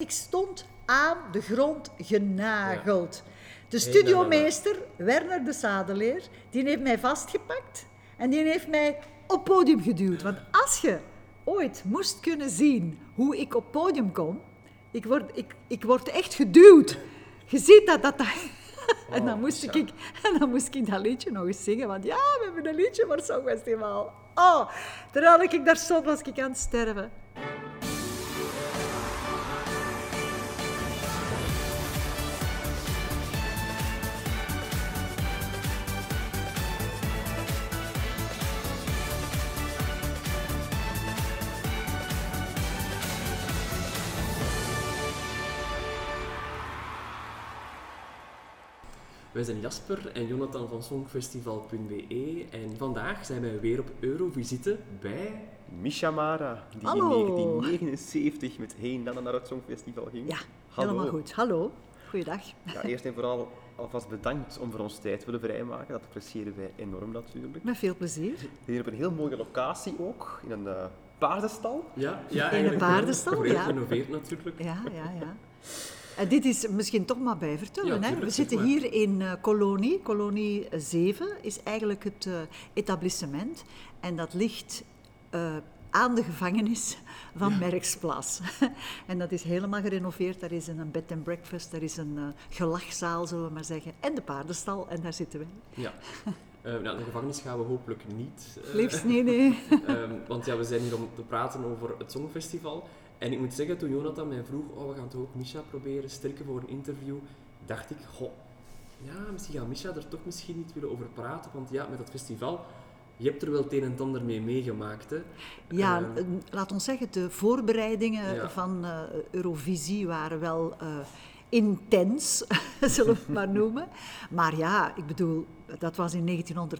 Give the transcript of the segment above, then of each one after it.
Ik stond aan de grond genageld. De studiomeester, Werner de Sadeleer, die heeft mij vastgepakt en die heeft mij op podium geduwd. Want als je ooit moest kunnen zien hoe ik op podium kom, ik word echt geduwd. Je ziet dat... En dan moest ik dat liedje nog eens zingen, want we hebben een liedje voor het Songfestival. Terwijl ik daar stond, was ik aan het sterven. Wij zijn Jasper en Jonathan van Songfestival.be en vandaag zijn wij weer op Eurovisite bij... Misha Mara, die Hallo. in 1979 met Hey Nana naar het Songfestival ging. Ja, Hallo. helemaal goed. Hallo, goeiedag. Ja, eerst en vooral alvast bedankt om voor ons tijd te willen vrijmaken. Dat appreciëren wij enorm natuurlijk. Met veel plezier. We zijn op een heel mooie locatie ook, in een paardenstal. Ja, In een paardenstal, volledig ja. gerenoveerd natuurlijk. Ja. En dit is misschien toch maar bij vertellen. Ja, Hè? tuurlijk, We zeg zitten maar. hier in Kolonie. Kolonie 7 is eigenlijk het etablissement. En dat ligt aan de gevangenis van Merksplas. En dat is helemaal gerenoveerd. Daar is een bed and breakfast, daar is een gelachzaal, zullen we maar zeggen. En de paardenstal, en daar zitten wij. Ja. Naar de gevangenis gaan we hopelijk niet. Liefst nee. Want we zijn hier om te praten over het Songfestival. En ik moet zeggen, toen Jonathan mij vroeg, we gaan toch ook Misha proberen strikken voor een interview, dacht ik, misschien gaat Misha er toch misschien niet willen over praten, want met dat festival, je hebt er wel het een en het ander mee meegemaakt, hè? Ja, laat ons zeggen, de voorbereidingen van Eurovisie waren wel intens, zullen we het maar noemen. Maar ja, ik bedoel, dat was in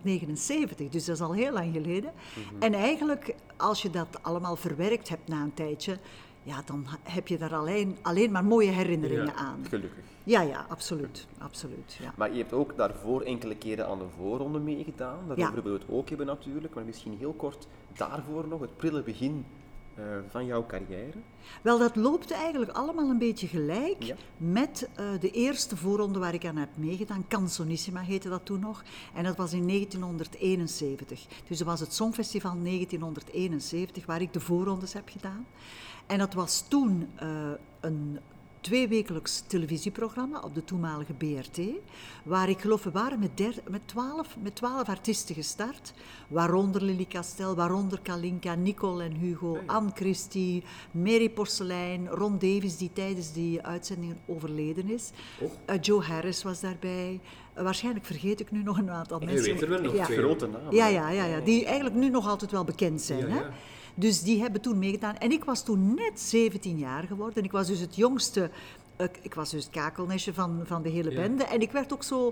1979, dus dat is al heel lang geleden. Mm-hmm. En eigenlijk, als je dat allemaal verwerkt hebt na een tijdje, dan heb je daar alleen maar mooie herinneringen aan. Gelukkig. Ja, absoluut. Ja. Maar je hebt ook daarvoor enkele keren aan de voorronde meegedaan. Daarover willen we het ook hebben natuurlijk. Maar misschien heel kort daarvoor nog, het prille begin van jouw carrière. Wel, dat loopt eigenlijk allemaal een beetje gelijk met de eerste voorronde waar ik aan heb meegedaan. Canzonissima heette dat toen nog. En dat was in 1971. Dus dat was het Songfestival 1971 waar ik de voorrondes heb gedaan. En dat was toen een 2-wekelijks televisieprogramma op de toenmalige BRT, waar ik geloof we waren met 12 artiesten gestart, waaronder Lily Castel, waaronder Kalinka, Nicole en Hugo, Anne Christie, Mary Porcelein, Ron Davies, die tijdens die uitzending overleden is. Joe Harris was daarbij. Waarschijnlijk vergeet ik nu nog een aantal mensen. Je weet er wel nog twee. Grote namen. Ja, die eigenlijk nu nog altijd wel bekend zijn. Hè? Dus die hebben toen meegedaan. En ik was toen net 17 jaar geworden. Ik was dus het jongste... Ik was dus het kakelnestje van de hele bende. En ik werd ook zo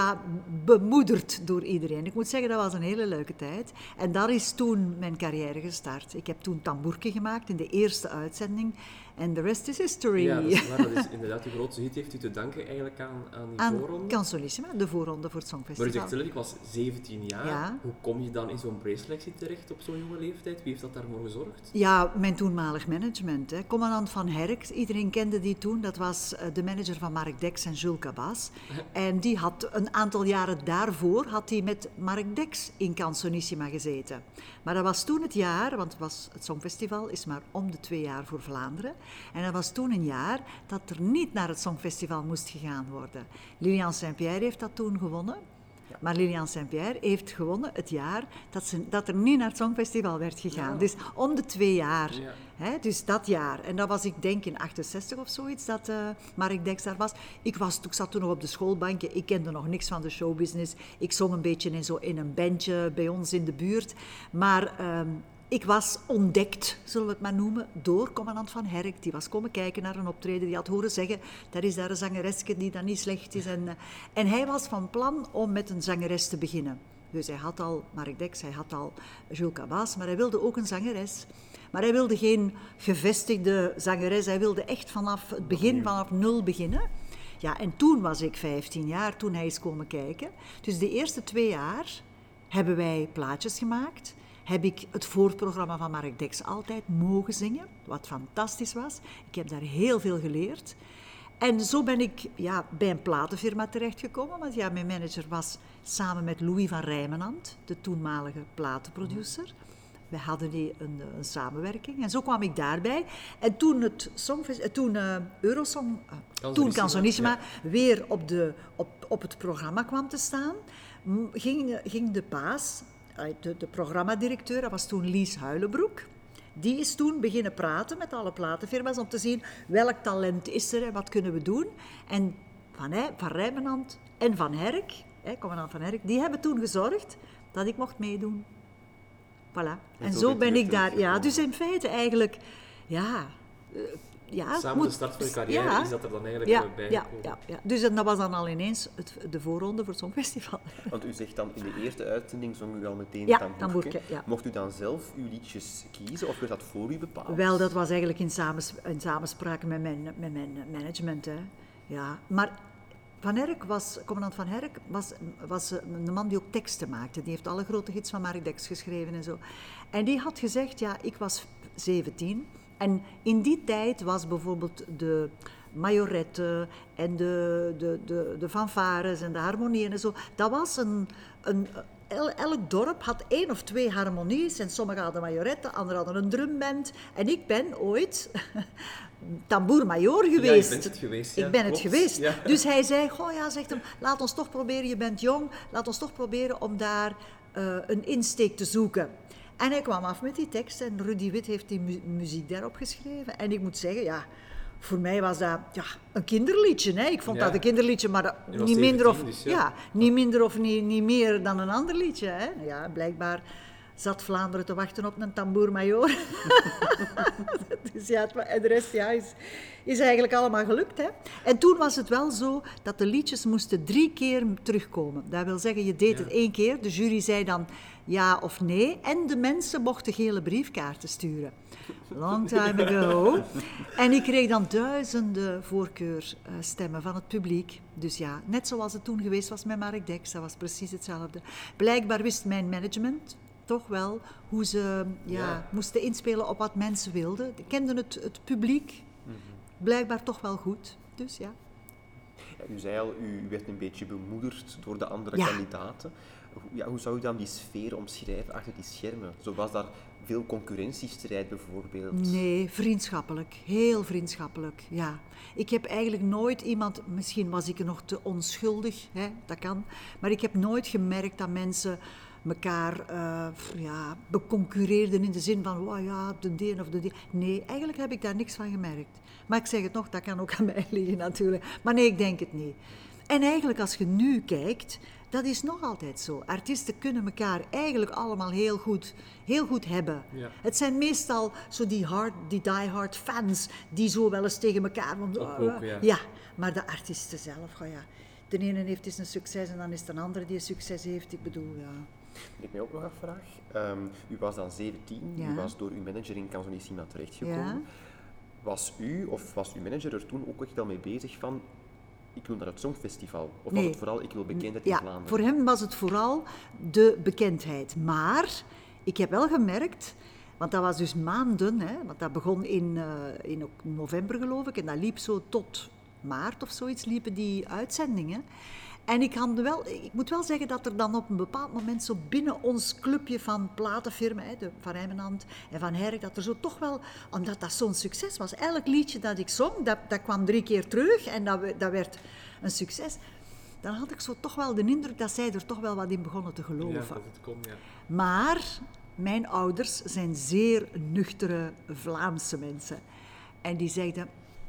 bemoederd door iedereen. Ik moet zeggen, dat was een hele leuke tijd. En daar is toen mijn carrière gestart. Ik heb toen tamboerke gemaakt in de eerste uitzending. En the rest is history. Ja, dat is waar. Dat is inderdaad de grootste hit heeft u te danken eigenlijk aan die voorronde. Canzonissima, de voorronde voor het Songfestival. Maar u zegt zelf, ik was 17 jaar. Ja. Hoe kom je dan in zo'n preselectie terecht op zo'n jonge leeftijd? Wie heeft dat daarvoor gezorgd? Ja, mijn toenmalig management. Hè. Commandant Van Herk, iedereen kende die toen. Dat was de manager van Mark Dex en Jules Cabas. En die had een aantal jaren daarvoor met Mark Dex in Canzonissima gezeten. Maar dat was toen het jaar, want het Songfestival is maar om de 2 jaar voor Vlaanderen. En dat was toen een jaar dat er niet naar het Songfestival moest gegaan worden. Lilian Saint-Pierre heeft dat toen gewonnen. Ja. Maar Lilian Saint-Pierre heeft gewonnen het jaar dat er niet naar het Songfestival werd gegaan. Ja. Dus om de 2 jaar. Ja. Hè, dus dat jaar. En dat was ik denk in 68 of zoiets dat Mark Dex daar was. Ik zat toen nog op de schoolbankje. Ik kende nog niks van de showbusiness. Ik zong een beetje in een bandje bij ons in de buurt. Maar... ik was ontdekt, zullen we het maar noemen, door commandant Van Herk. Die was komen kijken naar een optreden. Die had horen zeggen, er is daar een zangereske die dan niet slecht is. En hij was van plan om met een zangeres te beginnen. Dus hij had al Mark Dex, hij had al Jules Cabas, maar hij wilde ook een zangeres. Maar hij wilde geen gevestigde zangeres. Hij wilde echt vanaf het begin, vanaf 0 beginnen. Ja, en toen was ik 15 jaar, toen hij is komen kijken. Dus de eerste 2 jaar hebben wij plaatjes gemaakt... heb ik het voorprogramma van Mark Dex altijd mogen zingen, wat fantastisch was. Ik heb daar heel veel geleerd. En zo ben ik bij een platenfirma terechtgekomen, want mijn manager was samen met Louis van Rijmenand, de toenmalige platenproducer. Wij hadden een samenwerking en zo kwam ik daarbij. En toen Eurosong, toen Canzonissima, weer op het programma kwam te staan, ging de baas, de programmadirecteur, dat was toen Lies Huilenbroek, die is toen beginnen praten met alle platenfirma's om te zien welk talent is er en wat kunnen we doen. En Van Rijmenand en Van Herk, commandant Van Herk, die hebben toen gezorgd dat ik mocht meedoen. Voilà. En zo ben ik daar. Dus in feite eigenlijk, samen de start van je carrière is dat er dan eigenlijk bij gekomen. Ja. Dus dat was dan al ineens de voorronde voor het Songfestival. Want u zegt dan in de eerste uitzending zong u al meteen Tamboerke. Ja. Mocht u dan zelf uw liedjes kiezen of werd dat voor u bepaald? Wel, dat was eigenlijk in samenspraak met mijn management. Hè. Ja. Maar commandant Van Herk was een man die ook teksten maakte. Die heeft alle grote hits van Mark Dex geschreven en zo. En die had gezegd, ik was 17... En in die tijd was bijvoorbeeld de majorette en de fanfares en de harmonieën en zo. Dat was elk dorp had 1 of 2 harmonies en sommigen hadden majoretten, anderen hadden een drumband. En ik ben ooit tamboer-major geweest. Ja, je bent het geweest. Ja, ik ben het geweest. Ja. Dus hij zei, zegt hem, laat ons toch proberen, je bent jong, laat ons toch proberen om daar een insteek te zoeken. En hij kwam af met die tekst en Rudy Wit heeft die muziek daarop geschreven. En ik moet zeggen, voor mij was dat een kinderliedje. Hè. Ik vond dat een kinderliedje, maar niet minder of niet meer dan een ander liedje. Hè. Ja, blijkbaar zat Vlaanderen te wachten op een tamboer-major. Dus en de rest is eigenlijk allemaal gelukt. Hè. En toen was het wel zo dat de liedjes moesten 3 keer terugkomen. Dat wil zeggen, je deed het 1 keer, de jury zei dan ja of nee en de mensen mochten gele briefkaarten sturen. Long time ago. En ik kreeg dan duizenden voorkeurstemmen van het publiek. Dus net zoals het toen geweest was met Mark Dex, dat was precies hetzelfde. Blijkbaar wist mijn management toch wel hoe ze moesten inspelen op wat mensen wilden. Die kenden het publiek blijkbaar toch wel goed. Dus ja. U zei al, u werd een beetje bemoedigd door de andere kandidaten. Hoe zou u dan die sfeer omschrijven achter die schermen? Zo was daar veel concurrentiestrijd bijvoorbeeld? Nee, vriendschappelijk. Heel vriendschappelijk, ja. Ik heb eigenlijk nooit iemand... Misschien was ik er nog te onschuldig, dat kan. Maar ik heb nooit gemerkt dat mensen elkaar beconcurreerden in de zin van de een of de die. Nee, eigenlijk heb ik daar niks van gemerkt. Maar ik zeg het nog, dat kan ook aan mij liggen natuurlijk. Maar nee, ik denk het niet. En eigenlijk als je nu kijkt, dat is nog altijd zo. Artiesten kunnen elkaar eigenlijk allemaal heel goed hebben. Ja. Het zijn meestal zo die die-hard fans die zo wel eens tegen elkaar... Ja, maar de artiesten zelf, de ene heeft eens een succes en dan is het een andere die een succes heeft. Ik bedoel, Ik mij ook nog afvraag. U was dan 17, u was door uw manager in Canzonissima terechtgekomen. Ja. Was u of was uw manager er toen ook echt al mee bezig van... Ik wil naar het Songfestival. Of was het vooral, ik wil bekendheid in Vlaanderen? Voor hem was het vooral de bekendheid. Maar ik heb wel gemerkt, want dat was dus maanden, want dat begon in november geloof ik, en dat liep zo tot maart of zoiets, liepen die uitzendingen. En ik moet wel zeggen dat er dan op een bepaald moment zo binnen ons clubje van platenfirmen, de Van Rijmenand en Van Herk, dat er zo toch wel, omdat dat zo'n succes was, elk liedje dat ik zong, dat kwam 3 keer terug en dat werd een succes. Dan had ik zo toch wel de indruk dat zij er toch wel wat in begonnen te geloven. Ja, dat het kon, ja. Maar mijn ouders zijn zeer nuchtere Vlaamse mensen. En die zeiden...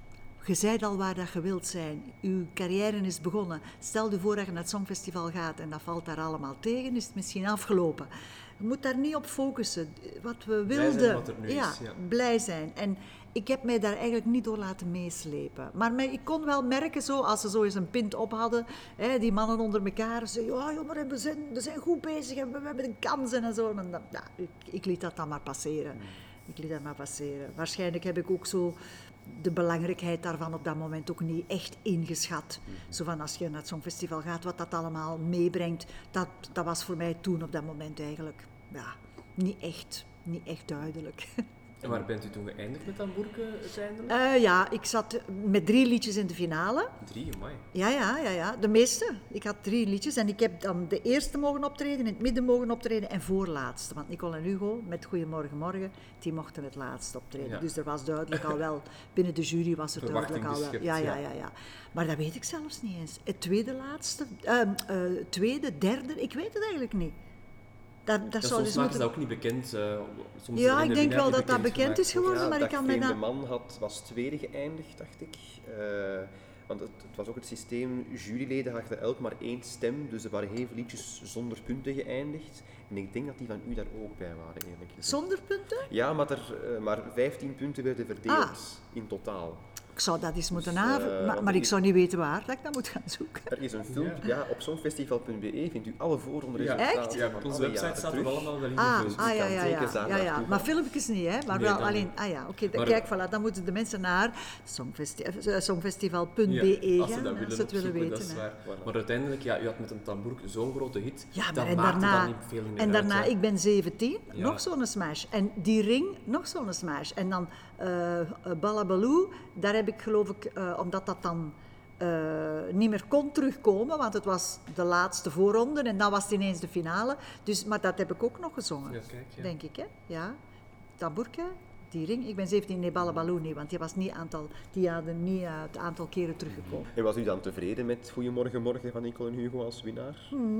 Je zijt al waar dat je wilt zijn. Uw carrière is begonnen. Stel je voor dat je naar het Songfestival gaat en dat valt daar allemaal tegen, is het misschien afgelopen. Je moet daar niet op focussen. Wat we wilden... Blij zijn wat er nu is. Ja, blij zijn. En ik heb mij daar eigenlijk niet door laten meeslepen. Maar ik kon wel merken, zo, als ze zo eens een pint op hadden, die mannen onder elkaar, zeiden, maar we zijn goed bezig en we hebben een kans en zo. En dan, ik liet dat dan maar passeren. Waarschijnlijk heb ik ook zo de belangrijkheid daarvan op dat moment ook niet echt ingeschat. Zo van als je naar het Songfestival gaat, wat dat allemaal meebrengt, dat was voor mij toen op dat moment eigenlijk niet echt duidelijk. En waar bent u toen geëindigd met Hamburger uiteindelijk? Ja, ik zat met 3 liedjes in de finale. 3, amai. Ja, de meeste. Ik had 3 liedjes en ik heb dan de eerste mogen optreden, in het midden mogen optreden en voorlaatste. Want Nicole en Hugo met Goeiemorgen Morgen, die mochten het laatst optreden. Ja. Dus er was duidelijk al wel, binnen de jury was er duidelijk al wel. Verwachting Ja. Maar dat weet ik zelfs niet eens. Het tweede laatste, tweede, derde, ik weet het eigenlijk niet. Dat zou soms maken ze dat ook niet bekend. Soms ja, ik denk wel dat dat bekend is geworden, Ja, maar ik kan me dat... dat... man was tweede geëindigd, dacht ik. Want het was ook het systeem, juryleden hadden elk maar 1 stem, dus er waren heel veel liedjes zonder punten geëindigd. En ik denk dat die van u daar ook bij waren, eerlijk gezegd. Zonder punten? Ja, maar maar 15 punten werden verdeeld in totaal. Ik zou dat eens moeten maar ik zou niet weten waar dat ik dat moet gaan zoeken. Er is een filmpje, op songfestival.be vindt u alle Echt? Ja, op onze website staat er allemaal wel in de ja. Maar filmpjes niet, hè? Maar Nee, wel dan alleen... Kijk, voilà, dan moeten de mensen naar songfestival.be als ze gaan, dat als ze het willen opzoeken, weten. dat is hè. waar. Maar uiteindelijk, u had met een tamboer zo'n grote hit, Ja, dat en maakte daarna, dan niet veel meer en daarna uit, hè. ik ben 17, Ja. nog zo'n smash. En die ring, nog zo'n smash. En dan Ballabaloo, daar heb ik geloof ik, omdat dat dan niet meer kon terugkomen, want het was de laatste voorronde en dan was het ineens de finale. Dus, maar dat heb ik ook nog gezongen, Ja, kijk, ja. denk ik. Hè? Ja, tamboerke, die ring. Ik ben 17, nee, Ballabaloo niet, want die hadden niet het aantal keren teruggekomen. En was u dan tevreden met Goeiemorgen Morgen van Nicole en Hugo als winnaar?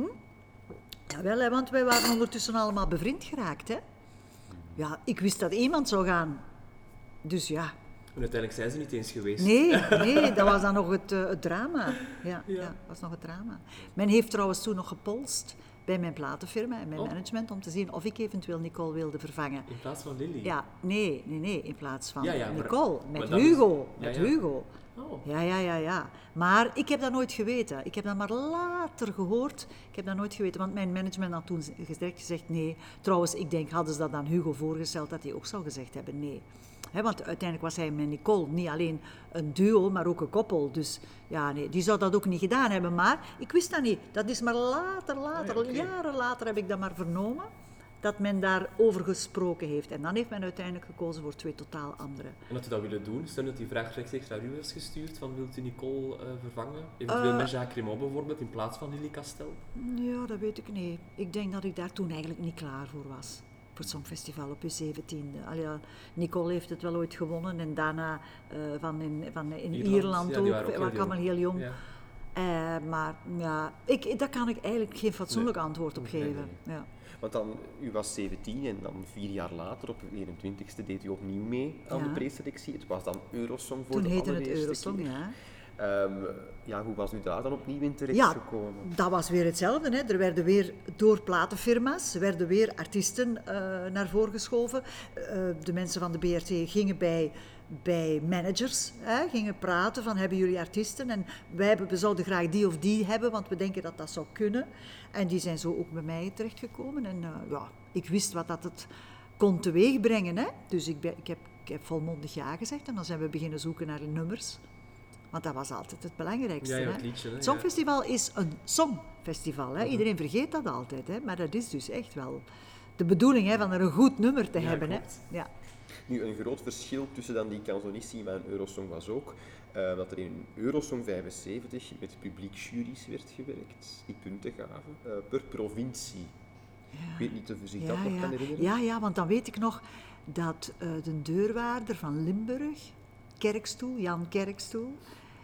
Jawel, hè, want wij waren ondertussen allemaal bevriend geraakt. Hè? Ja, ik wist dat iemand zou gaan. Dus ja. En uiteindelijk zijn ze niet eens geweest. Nee, dat was dan nog het drama. Ja, Ja. dat was nog het drama. Men heeft trouwens toen nog gepolst bij mijn platenfirma en mijn management om te zien of ik eventueel Nicole wilde vervangen. In plaats van Lily. Ja, nee, in plaats van Ja, maar- Nicole, maar met dat Hugo. is- Met ja. Hugo. Oh. Ja. Maar ik heb dat nooit geweten. Ik heb dat maar later gehoord. Ik heb dat nooit geweten, want mijn management had toen direct gezegd nee. Trouwens, ik denk, hadden ze dat aan Hugo voorgesteld, dat hij ook zou gezegd hebben nee. Want uiteindelijk was hij met Nicole niet alleen een duo, maar ook een koppel. Dus ja, nee, die zou dat ook niet gedaan hebben. Maar ik wist dat niet. Dat is maar later, oké. jaren later heb ik dat maar vernomen, dat men daarover gesproken heeft. En dan heeft men uiteindelijk gekozen voor 2 totaal andere. En dat u dat willen doen, stel dat die vraag rechtstreeks naar u was gestuurd, van wilt u Nicole vervangen? Eventueel met Jacques Cremont bijvoorbeeld, in plaats van Lily Castel? Ja, dat weet ik niet. Ik denk dat ik daar toen eigenlijk niet klaar voor was. Voor het Songfestival op je 17e. Nicole heeft het wel ooit gewonnen en daarna in Ierland ja, die waren ook. ook We waren heel allemaal heel jong. Ja. Maar ja, daar kan ik eigenlijk geen fatsoenlijk antwoord op Nee, geven. nee. Ja. Want dan, u was 17 en dan 4 jaar later, op uw 21ste, deed u opnieuw mee aan Ja. de preselectie. Het was dan Eurosong voor Toen de heette het allereerste Eurosong, keer. ja. Hoe was u daar dan opnieuw in Ja, terechtgekomen? dat was weer hetzelfde. Hè. Er werden weer door platenfirma's werden weer artiesten naar voren geschoven. De mensen van de BRT gingen bij managers, gingen praten van hebben jullie artiesten en we zouden graag die of die hebben, want we denken dat dat zou kunnen. En die zijn zo ook bij mij terechtgekomen. En ik wist wat dat het kon teweegbrengen. Hè. Dus ik heb volmondig ja gezegd en dan zijn we beginnen zoeken naar de nummers. Want dat was altijd het belangrijkste. Ja, hè. het liedje, hè, Het Songfestival is een songfestival. Hè. Iedereen vergeet dat altijd. Hè. Maar dat is dus echt wel de bedoeling, hè, van er een goed nummer te hebben. Hè. klopt. Ja. Nu, een groot verschil tussen dan die Canzonissima en Eurosong was ook dat er in Eurosong 75 met publieksjuries werd gewerkt, die punten gaven, per provincie. Ik weet niet of u zich dat nog kan herinneren. Ja, want dan weet ik nog dat de deurwaarder van Limburg, Kerkstoel, Jan Kerkstoel,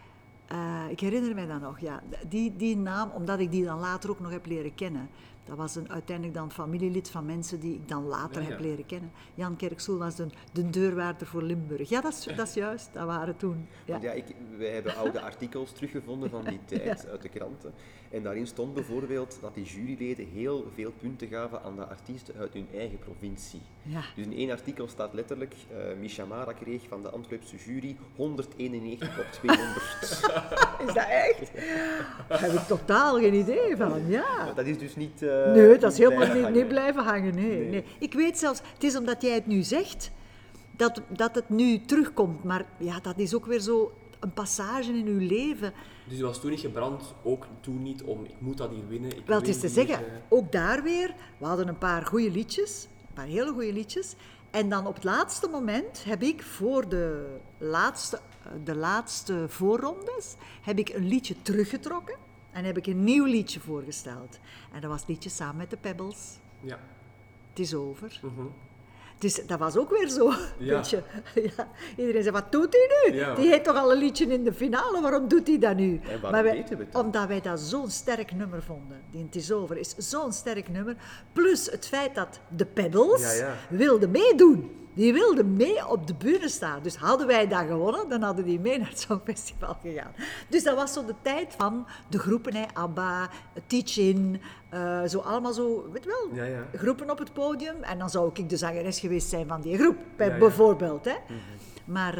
ik herinner mij dat nog, ja. Die naam, omdat ik die dan later ook nog heb leren kennen. Dat was uiteindelijk dan familielid van mensen die ik dan later heb leren kennen. Jan Kerkstoel was de deurwaarder voor Limburg. Ja, dat is juist, dat waren toen. Ja. Want wij hebben oude artikels teruggevonden van die tijd uit de kranten. En daarin stond bijvoorbeeld dat die juryleden heel veel punten gaven aan de artiesten uit hun eigen provincie. Ja. Dus in één artikel staat letterlijk, Misha Mara kreeg van de Antwerpse jury 191 op 200. Is dat echt? Daar heb ik totaal geen idee van, ja. Maar dat is dus niet... Nee, dat is helemaal blijven niet hangen. blijven hangen. Nee. Ik weet zelfs, het is omdat jij het nu zegt, dat het nu terugkomt. Maar ja, dat is ook weer zo een passage in uw leven. Dus u was toen niet gebrand, ook toen niet om, ik moet dat hier winnen. Wel, het is te wil hier, zeggen, ook daar weer, we hadden een paar goede liedjes. paar hele goede liedjes. En dan op het laatste moment heb ik voor de laatste voorrondes heb ik een liedje teruggetrokken en heb ik een nieuw liedje voorgesteld. En dat was het liedje samen met de Pebbles. Ja. Het is over. Mm-hmm. Dus dat was ook weer zo. Ja. Beetje, ja. Iedereen zei, wat doet hij nu? Ja. Die heeft toch al een liedje in de finale, waarom doet hij dat nu? En waarom weten we het dan? Omdat wij dat zo'n sterk nummer vonden. Die Het is over is zo'n sterk nummer. Plus het feit dat de Pebbles wilden meedoen. Die wilden mee op de bühne staan. Dus hadden wij dat gewonnen, dan hadden die mee naar het Songfestival gegaan. Dus dat was zo de tijd van de groepen, hè, ABBA, Teach-In, zo allemaal zo, weet je wel, groepen op het podium. En dan zou ik de zangeres geweest zijn van die groep, bijvoorbeeld. Hè. Mm-hmm. Maar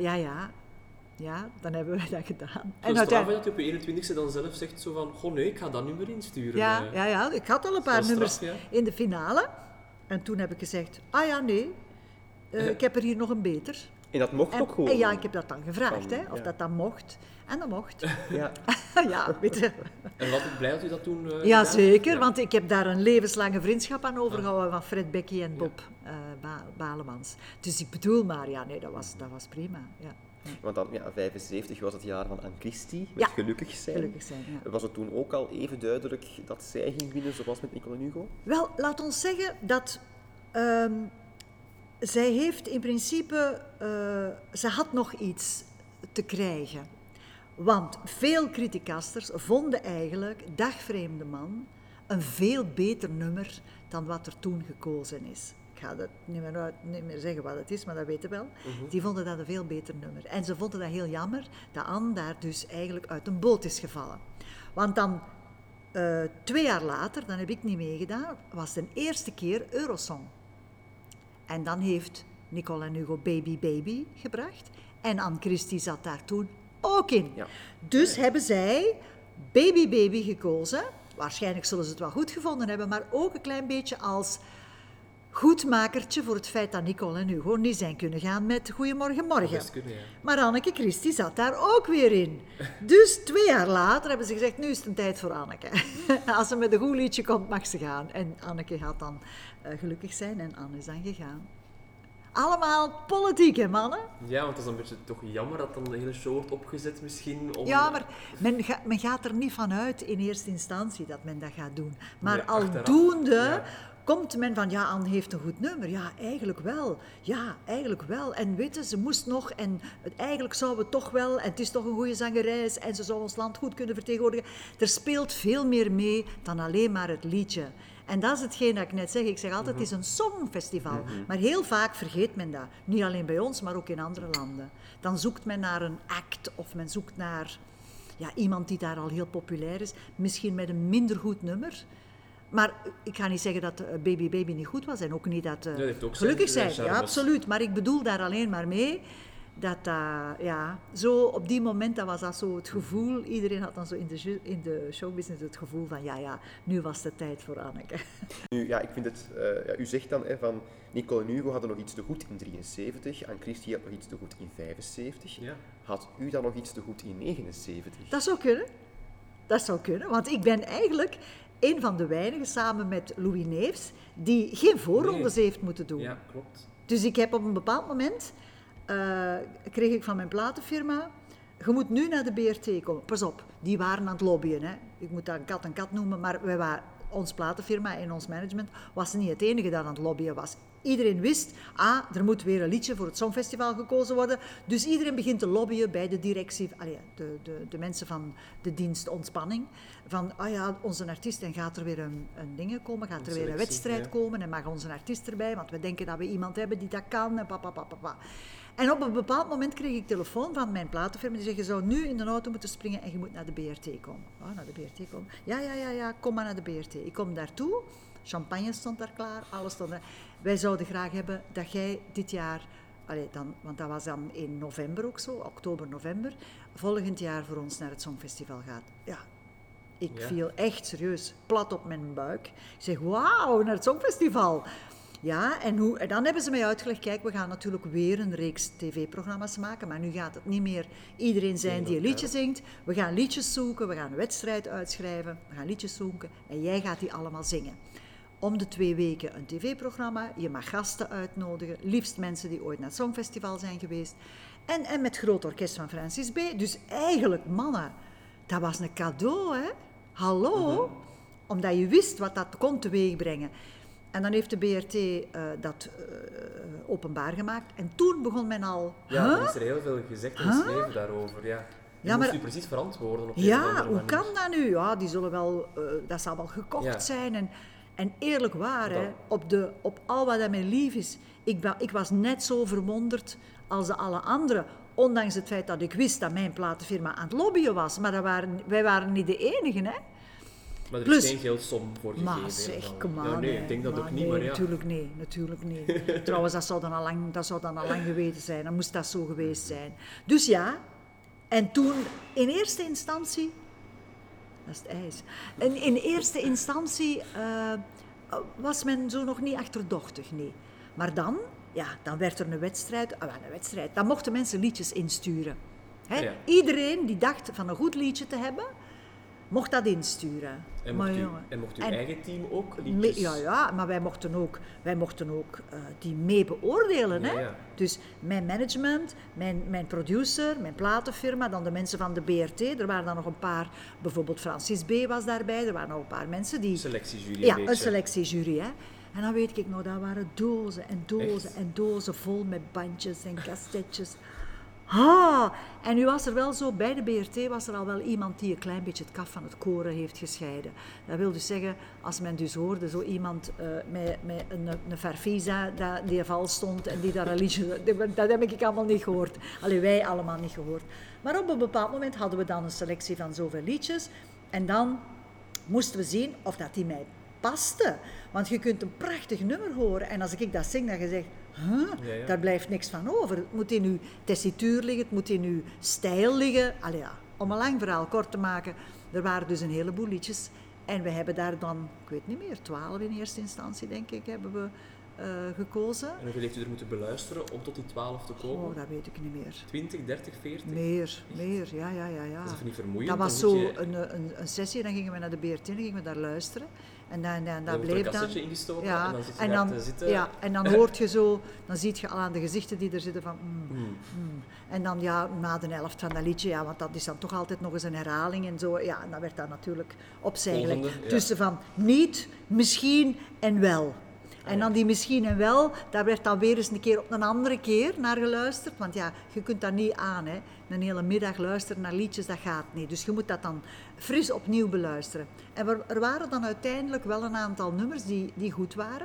dan hebben wij dat gedaan. En uiteindelijk dat je op je 21e dan zelf zegt zo van, goh nee, ik ga dat nummer insturen. Ja, ik had al een paar nummers in de finale. En toen heb ik gezegd, nee, ik heb er hier nog een beter. En dat mocht ook gewoon? En ja, ik heb dat dan gevraagd, of dat dan mocht. En dat mocht. Ja. Ja, weet je. En wat blij dat u dat toen ja, zeker, want ik heb daar een levenslange vriendschap aan overgehouden van Fred Becky en Bob Balemans. Dus ik bedoel maar, dat was prima. Ja. Want dan, 75 was het jaar van Anne Christie, met Gelukkig zijn. Gelukkig zijn, ja. Was het toen ook al even duidelijk dat zij ging winnen, zoals met Nicole en Hugo? Wel, laat ons zeggen dat zij heeft in principe, ze had nog iets te krijgen. Want veel criticasters vonden eigenlijk Dagvreemde Man een veel beter nummer dan wat er toen gekozen is. Ik ga dat niet meer zeggen wat het is, maar dat weten wel. Mm-hmm. Die vonden dat een veel beter nummer. En ze vonden dat heel jammer dat Anne daar dus eigenlijk uit een boot is gevallen. Want dan, 2 jaar later, dan heb ik niet meegedaan, was de eerste keer Eurosong. En dan heeft Nicole en Hugo Baby Baby gebracht. En Anne Christie zat daar toen ook in. Ja. Dus hebben zij Baby Baby gekozen. Waarschijnlijk zullen ze het wel goed gevonden hebben, maar ook een klein beetje als goedmakertje voor het feit dat Nicole en Hugo niet zijn kunnen gaan met Goeiemorgen Morgen. Maar Anneke Christie zat daar ook weer in. Dus 2 jaar later hebben ze gezegd, nu is het een tijd voor Anneke. Als ze met een goed liedje komt, mag ze gaan. En Anneke gaat dan gelukkig zijn en Anne is dan gegaan. Allemaal politiek, hè, mannen? Ja, want dat is een beetje toch jammer dat dan de hele show wordt opgezet misschien. Om... Ja, maar men gaat er niet van uit in eerste instantie dat men dat gaat doen. Maar aldoende komt men van, Anne heeft een goed nummer. Ja, eigenlijk wel. Ja, eigenlijk wel. En weet je, ze moest nog, en eigenlijk zou we toch wel, en het is toch een goede zangeres, en ze zou ons land goed kunnen vertegenwoordigen. Er speelt veel meer mee dan alleen maar het liedje. En dat is hetgeen dat ik net zeg. Ik zeg altijd, het is een songfestival. Maar heel vaak vergeet men dat. Niet alleen bij ons, maar ook in andere landen. Dan zoekt men naar een act of men zoekt naar iemand die daar al heel populair is. Misschien met een minder goed nummer. Maar ik ga niet zeggen dat Baby Baby niet goed was en ook niet dat Gelukkig zijn. Ja, absoluut. Maar ik bedoel daar alleen maar mee dat zo op die moment, dat was dat zo het gevoel, iedereen had dan zo in de showbusiness het gevoel van nu was de tijd voor Anneke. Nu, ik vind het, u zegt dan van Nicole en Hugo hadden nog iets te goed in 73, Anne Christie had nog iets te goed in 75. Ja. Had u dan nog iets te goed in 79? Dat zou kunnen, want ik ben eigenlijk een van de weinigen, samen met Louis Neefs, die geen voorrondes heeft moeten doen. Ja, klopt. Dus ik heb op een bepaald moment, kreeg ik van mijn platenfirma, je moet nu naar de BRT komen. Pas op, die waren aan het lobbyen. Hè. Ik moet dat kat en kat noemen, maar ons platenfirma en ons management was niet het enige dat aan het lobbyen was. Iedereen wist, er moet weer een liedje voor het Songfestival gekozen worden. Dus iedereen begint te lobbyen bij de directie, de mensen van de dienst ontspanning. Van, onze artiest, en gaat er weer een ding komen, gaat er weer een wedstrijd komen en mag onze artiest erbij, want we denken dat we iemand hebben die dat kan en papa. En op een bepaald moment kreeg ik telefoon van mijn platenfirma, die zeggen, je zou nu in de auto moeten springen en je moet naar de BRT komen. Naar de BRT komen? Ja, kom maar naar de BRT. Ik kom daartoe, champagne stond daar klaar, alles stond daar. Wij zouden graag hebben dat jij dit jaar, want dat was dan in november ook zo, oktober, november, volgend jaar voor ons naar het Songfestival gaat. Ja, ik viel echt serieus plat op mijn buik. Ik zeg, wauw, naar het Songfestival. Ja, en dan hebben ze mij uitgelegd, kijk, we gaan natuurlijk weer een reeks tv-programma's maken, maar nu gaat het niet meer iedereen zijn die een liedje zingt. We gaan liedjes zoeken, we gaan een wedstrijd uitschrijven, we gaan liedjes zoeken en jij gaat die allemaal zingen. om de 2 weken een tv-programma. Je mag gasten uitnodigen, liefst mensen die ooit naar het Songfestival zijn geweest. En met het groot orkest van Francis B. Dus eigenlijk, mannen, dat was een cadeau, hè? Hallo? Omdat je wist wat dat kon teweegbrengen. En dan heeft de BRT dat openbaar gemaakt. En toen begon men al... Ja, er is er heel veel gezegd en geschreven daarover, ja. Je moest u precies verantwoorden op een of andere manier. Hoe kan dat nu? Ja, die zullen wel, dat zal wel gekocht zijn. En eerlijk waar, hè, op al wat dat mij lief is, ik was net zo verwonderd als alle anderen. Ondanks het feit dat ik wist dat mijn platenfirma aan het lobbyen was. Maar wij waren niet de enigen, hè. Maar er is geen geldsom voor gegeven. Maar zeg, kom aan. Ja, nee, ik denk dat ook niet, maar ja. Natuurlijk niet. Trouwens, dat zou dan al lang geweten zijn. Dan moest dat zo geweest zijn. Dus ja, en toen in eerste instantie... Dat is het ijs. En in eerste instantie was men zo nog niet achterdochtig, nee. Maar dan werd er een wedstrijd. Dan mochten mensen liedjes insturen. Hè? Ja. Iedereen die dacht van een goed liedje te hebben, mocht dat insturen. En mocht uw eigen team ook liedjes? Ja, maar wij mochten ook die mee beoordelen. Hè? Ja. Dus mijn management, mijn producer, mijn platenfirma, dan de mensen van de BRT. Er waren dan nog een paar, bijvoorbeeld Francis B. was daarbij. Er waren nog een paar mensen die... Selectiejury. Ja, een selectiejury. Hè? En dan weet ik nog, dat waren dozen en dozen en dozen vol met bandjes en cassettes. En nu was er wel zo, bij de BRT was er al wel iemand die een klein beetje het kaf van het koren heeft gescheiden. Dat wil dus zeggen, als men dus hoorde, zo iemand met een Farfisa die val stond en die daar een liedje... Dat heb ik allemaal niet gehoord. Allee, wij allemaal niet gehoord. Maar op een bepaald moment hadden we dan een selectie van zoveel liedjes. En dan moesten we zien of dat die mij paste. Want je kunt een prachtig nummer horen en als ik dat zing, dan je zegt... Daar blijft niks van over. Het moet in uw tessituur liggen, het moet in uw stijl liggen. Allee, ja. Om een lang verhaal kort te maken, er waren dus een heleboel liedjes. En we hebben daar dan, ik weet niet meer, 12 in eerste instantie, denk ik, hebben we gekozen. En hoeveel heeft u er moeten beluisteren om tot die 12 te komen? Oh, dat weet ik niet meer. 20, 30, 40? Meer, ja. Dat is even niet vermoeiend? Dat was zo een sessie, dan gingen we naar de BRT en gingen we daar luisteren. En dan bleef dan... ingestoken ja, en dan zit je daar te zitten. Ja, en dan hoort je zo, dan zie je al aan de gezichten die er zitten van... En dan na de helft van dat liedje, want dat is dan toch altijd nog eens een herhaling en zo. Ja, en dan werd dat natuurlijk opzij gelegd. Tussen van niet, misschien en wel. En dan die misschien en wel, daar werd dan weer eens een keer op een andere keer naar geluisterd. Want ja, je kunt dat niet aan, hè. Een hele middag luisteren naar liedjes, dat gaat niet. Dus je moet dat dan fris opnieuw beluisteren. En er waren dan uiteindelijk wel een aantal nummers die goed waren.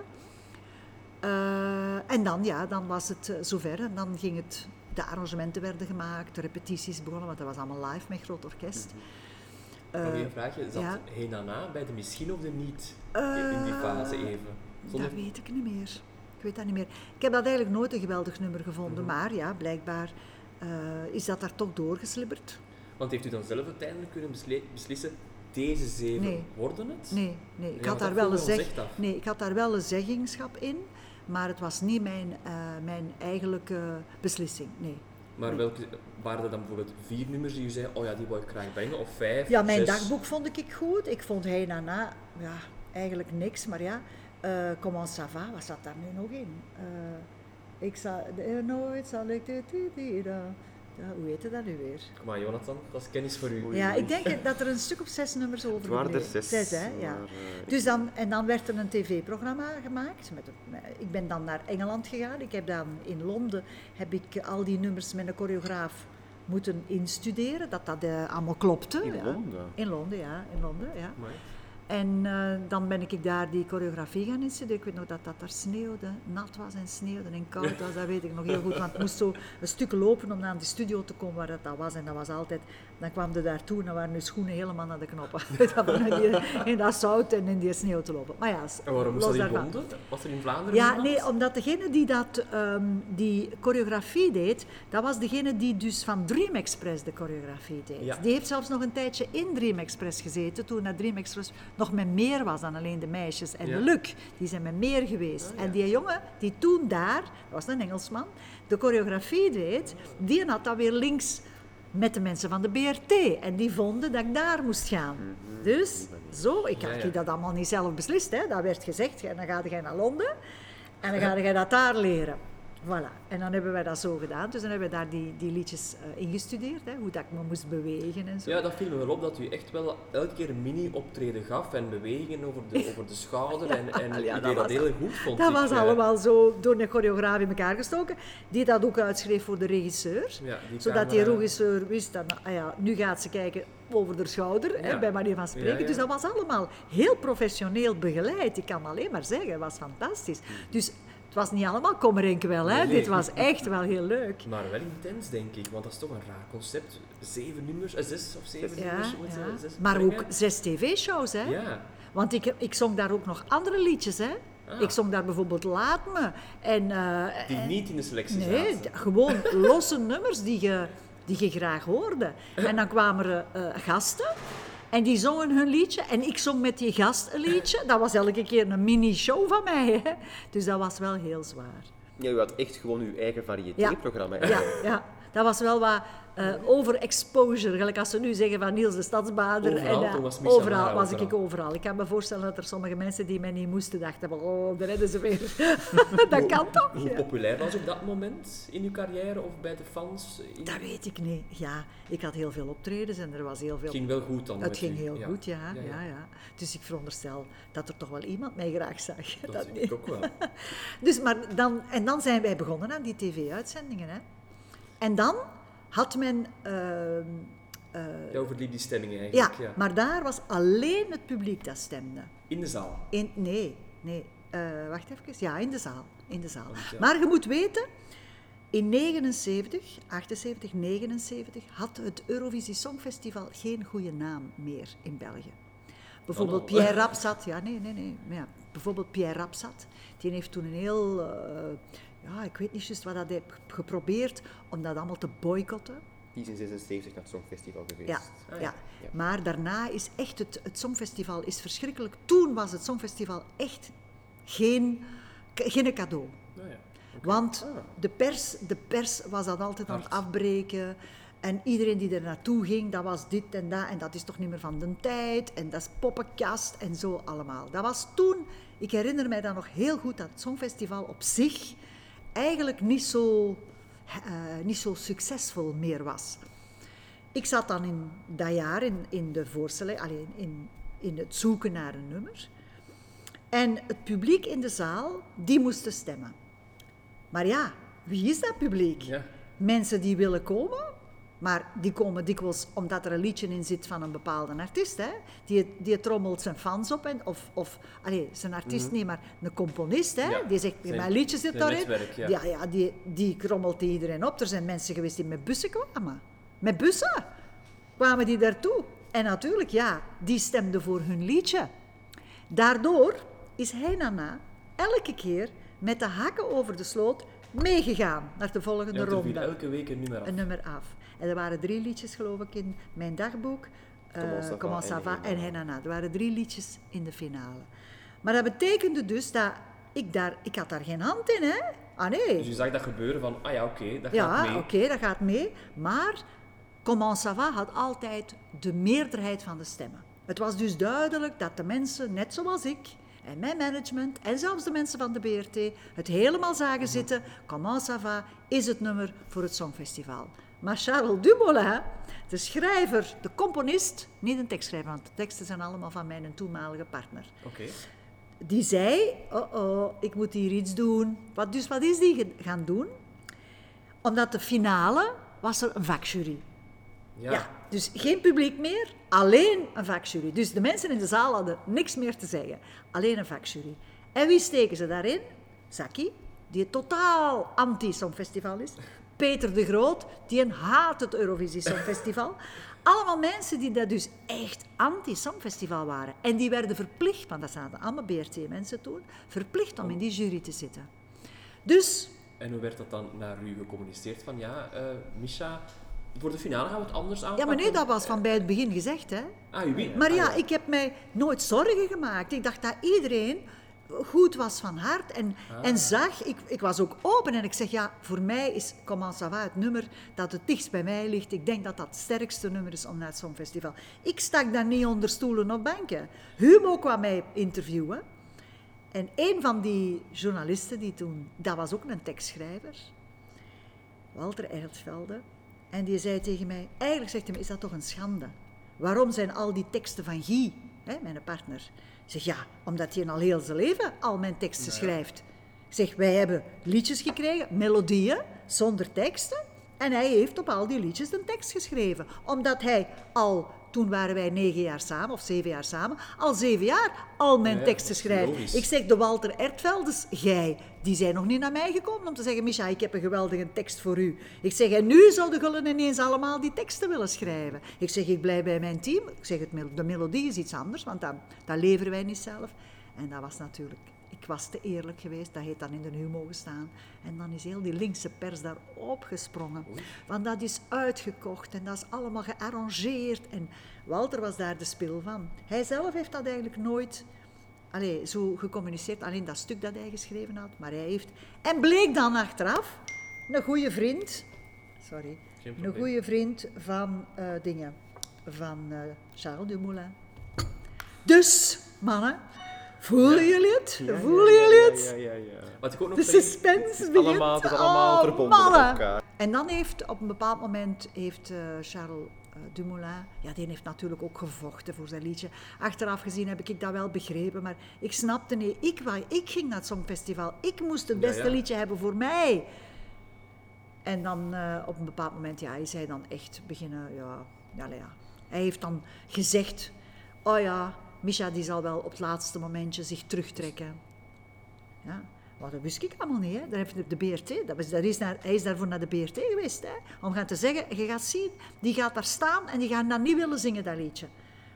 En dan was het zover. En dan ging het... De arrangementen werden gemaakt, de repetities begonnen, want dat was allemaal live met groot orkest. Nog een vraagje, zat Hey Nana bij de misschien of de niet in die fase even? Dat weet ik niet meer. Ik weet dat niet meer. Ik heb dat eigenlijk nooit een geweldig nummer gevonden, maar ja, blijkbaar is dat daar toch doorgeslibberd. Want heeft u dan zelf uiteindelijk kunnen beslissen, deze 7 worden het? Nee. Ik had daar wel een zeggingschap in, maar het was niet mijn eigenlijke beslissing, nee. Maar welke waren er dan bijvoorbeeld 4 nummers die u zei, oh ja, die wou ik graag brengen, of 5, Ja, mijn 6? dagboek vond ik goed. Ik vond Hey Nana, eigenlijk niks, maar ja. Comment ça va, wat zat daar nu nog in? Nooit zal ik dit... hoe heette dat nu weer? Kom maar, Jonathan, dat is kennis voor u. Ja, ik denk dat er een stuk of 6 nummers over het waren er 6. 6, hè? Ja. Dus dan werd er een tv-programma gemaakt. Ik ben dan naar Engeland gegaan. Ik heb dan in Londen al die nummers met een choreograaf moeten instuderen, dat allemaal klopte. In Londen? In Londen, ja. Amai. En dan ben ik daar die choreografie gaan instuderen. Ik weet nog dat daar sneeuwde, nat was en sneeuwde en koud was, dat weet ik nog heel goed. Want het moest zo een stuk lopen om naar de studio te komen waar dat was. En dat was altijd, dan kwam je daartoe en dan waren je schoenen helemaal naar de knoppen. In dat zout en in die sneeuw te lopen. Maar ja, en waarom moest dat in Londen? Was er in Vlaanderen? Ja, nee, omdat degene die die choreografie deed, dat was degene die dus van Dream Express de choreografie deed. Ja. Die heeft zelfs nog een tijdje in Dream Express gezeten, toen naar Dream Express nog met meer was dan alleen de meisjes. En de Luc, die zijn met meer geweest. En die jongen die toen daar, dat was een Engelsman, de choreografie deed, die had dat weer links met de mensen van de BRT. En die vonden dat ik daar moest gaan. Dus zo, ik had dat allemaal niet zelf beslist. Hè. Dat werd gezegd, en dan ga je naar Londen en dan ga je dat daar leren. Voilà. En dan hebben wij dat zo gedaan. Dus dan hebben we daar die liedjes ingestudeerd, hè, hoe dat ik me moest bewegen en zo. Ja, dat viel me wel op, dat u echt wel elke keer een mini-optreden gaf en bewegingen over de schouder. En ja, u deed dat heel goed, vond ik. Dat was allemaal zo door een choreograaf in elkaar gestoken, die dat ook uitschreef voor de regisseur. Ja, zodat die regisseur wist, dat, nu gaat ze kijken over de schouder, hè, bij manier van spreken. Dus dat was allemaal heel professioneel begeleid. Ik kan alleen maar zeggen, het was fantastisch. Dus het was niet allemaal kommer en kwel, hè. Dit was echt wel heel leuk. Maar wel intens, denk ik, want dat is toch een raar concept. 7 nummers, 6 of 7 nummers moeten ze maar brengen. ook 6 tv-shows, hè. Ja. Want ik zong daar ook nog andere liedjes, hè. Ik zong daar bijvoorbeeld Laat Me. Die niet in de selectie zaten. Nee, gewoon losse nummers die je graag hoorde. En dan kwamen er gasten. En die zongen hun liedje en ik zong met die gast een liedje. Dat was elke keer een mini-show van mij. Hè? Dus dat was wel heel zwaar. Ja, u had echt gewoon uw eigen variété-programma. Ja, dat was wel wat overexposure. Gelijk als ze nu zeggen van Niels de Stadsbader. Overal was ik overal. Ik kan me voorstellen dat er sommige mensen die mij niet moesten dachten van, oh, daar redden ze weer. Dat kan toch? Hoe populair was op dat moment in uw carrière of bij de fans? Dat weet ik niet. Ja, ik had heel veel optredens en er was heel veel... Het ging wel goed dan? Het ging heel goed, ja. Dus ik veronderstel dat er toch wel iemand mij graag zag. Dat denk ik ook wel. Dus, dan zijn wij begonnen aan die tv-uitzendingen. Hè. En dan had men... overliep die stemming eigenlijk. Ja, maar daar was alleen het publiek dat stemde. In de zaal? Nee. Wacht even. Ja, in de zaal. Maar je moet weten, in 78, 79 had het Eurovisie Songfestival geen goede naam meer in België. Bijvoorbeeld Pierre Rapsat. Ja, nee. Maar ja, bijvoorbeeld Pierre Rapsat. Die heeft toen een heel... ik weet niet juist wat dat heeft geprobeerd om dat allemaal te boycotten. Die is in 76 naar het Songfestival geweest. Ja. Maar daarna is echt het Songfestival is verschrikkelijk. Toen was het Songfestival echt geen cadeau. Okay. Want de pers was dat altijd aan het afbreken. En iedereen die er naartoe ging, dat was dit en dat. En dat is toch niet meer van de tijd. En dat is poppenkast en zo allemaal. Dat was toen, ik herinner mij dan nog heel goed, dat het Songfestival op zich eigenlijk niet zo succesvol meer was. Ik zat dan in dat jaar in de voorstelling, in het zoeken naar een nummer. En het publiek in de zaal, die moesten stemmen. Maar ja, wie is dat publiek? Ja. Mensen die willen komen, maar die komen dikwijls omdat er een liedje in zit van een bepaalde artiest. Hè? Die trommelt zijn fans op. Zijn artiest niet, maar een componist. Hè? Ja, die zegt, mijn liedje zit daarin. Netwerk, Die krommelt iedereen op. Er zijn mensen geweest die met bussen kwamen. Met bussen kwamen die daartoe. En natuurlijk, die stemden voor hun liedje. Daardoor is hij daarna elke keer met de hakken over de sloot meegegaan naar de volgende ronde. Er viel elke week een nummer af. En er waren 3 liedjes, geloof ik, in mijn dagboek. Comment ça va en Henana. Er waren 3 liedjes in de finale. Maar dat betekende dus dat ik had daar geen hand in, hè. Ah, nee. Dus je zag dat gebeuren van, dat gaat mee. Ja, oké, dat gaat mee. Maar Comment ça va had altijd de meerderheid van de stemmen. Het was dus duidelijk dat de mensen, net zoals ik... en mijn management en zelfs de mensen van de BRT het helemaal zagen zitten. Comment ça va is het nummer voor het Songfestival. Maar Charles Dumoulin, de schrijver, de componist, niet een tekstschrijver, want de teksten zijn allemaal van mijn toenmalige partner. Okay. Die zei, ik moet hier iets doen. Wat is die gaan doen? Omdat de finale was er een vakjury. Ja, dus geen publiek meer, alleen een vakjury. Dus de mensen in de zaal hadden niks meer te zeggen. Alleen een vakjury. En wie steken ze daarin? Zaki, die totaal anti-Songfestival is. Peter de Groot, die haat het Eurovisie Songfestival. Allemaal mensen die dat dus echt anti-Songfestival waren. En die werden verplicht, want dat zaten allemaal BRT-mensen toen, verplicht om in die jury te zitten. Dus... En hoe werd dat dan naar u gecommuniceerd? Van Misha... Voor de finale gaan we het anders aanpakken. Ja, maar nee, dat was van bij het begin gezegd, hè. U weet. Maar ik heb mij nooit zorgen gemaakt. Ik dacht dat iedereen goed was van hart en zag, ik was ook open en ik zeg, ja, voor mij is Comment ça va het nummer dat het dichtst bij mij ligt. Ik denk dat dat het sterkste nummer is om naar het Songfestival. Ik stak daar niet onder stoelen of banken. Humo kwam mij interviewen en een van die journalisten die toen, dat was ook een tekstschrijver, Walter Ertvelde, en die zei tegen mij, eigenlijk zegt hij, is dat toch een schande? Waarom zijn al die teksten van Guy, mijn partner? Ik zeg, ja, omdat hij al heel zijn leven al mijn teksten schrijft. Ik zeg, wij hebben liedjes gekregen, melodieën, zonder teksten. En hij heeft op al die liedjes een tekst geschreven. Omdat hij al, toen waren wij 9 jaar samen, of 7 jaar samen, al 7 jaar al mijn teksten schrijft. Logisch. Ik zeg, de Walter Ertveldes, jij, die zijn nog niet naar mij gekomen om te zeggen, Misha, ik heb een geweldige tekst voor u. Ik zeg, en nu zouden jullie ineens allemaal die teksten willen schrijven. Ik zeg, ik blijf bij mijn team. Ik zeg, de melodie is iets anders, want dat leveren wij niet zelf. En dat was natuurlijk... Ik was te eerlijk geweest, dat heeft dan in de Humo gestaan. En dan is heel die linkse pers daar opgesprongen. Want dat is uitgekocht en dat is allemaal gearrangeerd. En Walter was daar de spil van. Hij zelf heeft dat eigenlijk nooit zo gecommuniceerd. Alleen dat stuk dat hij geschreven had. Maar hij heeft... En bleek dan achteraf een goede vriend... Sorry. Een goede vriend van van Charles Dumoulin. Dus, mannen... Voelen jullie het? Voelen jullie het? Ja. Wat ik ook nog De suspense begint. Het is allemaal verbonden met elkaar. En dan op een bepaald moment heeft Charles Dumoulin, ja, die heeft natuurlijk ook gevochten voor zijn liedje. Achteraf gezien heb ik dat wel begrepen, maar ik snapte niet. Ik ging naar het Songfestival. Ik moest het beste liedje hebben voor mij. En dan op een bepaald moment, is hij dan echt beginnen, Hij heeft dan gezegd, oh ja, Misha die zal wel op het laatste momentje zich terugtrekken. Ja, maar dat wist ik allemaal niet. Hè. Daar heeft de BRT, hij is daarvoor naar de BRT geweest. Hè, om gaan te zeggen, je gaat zien, die gaat daar staan en die gaat dat niet willen zingen, dat liedje.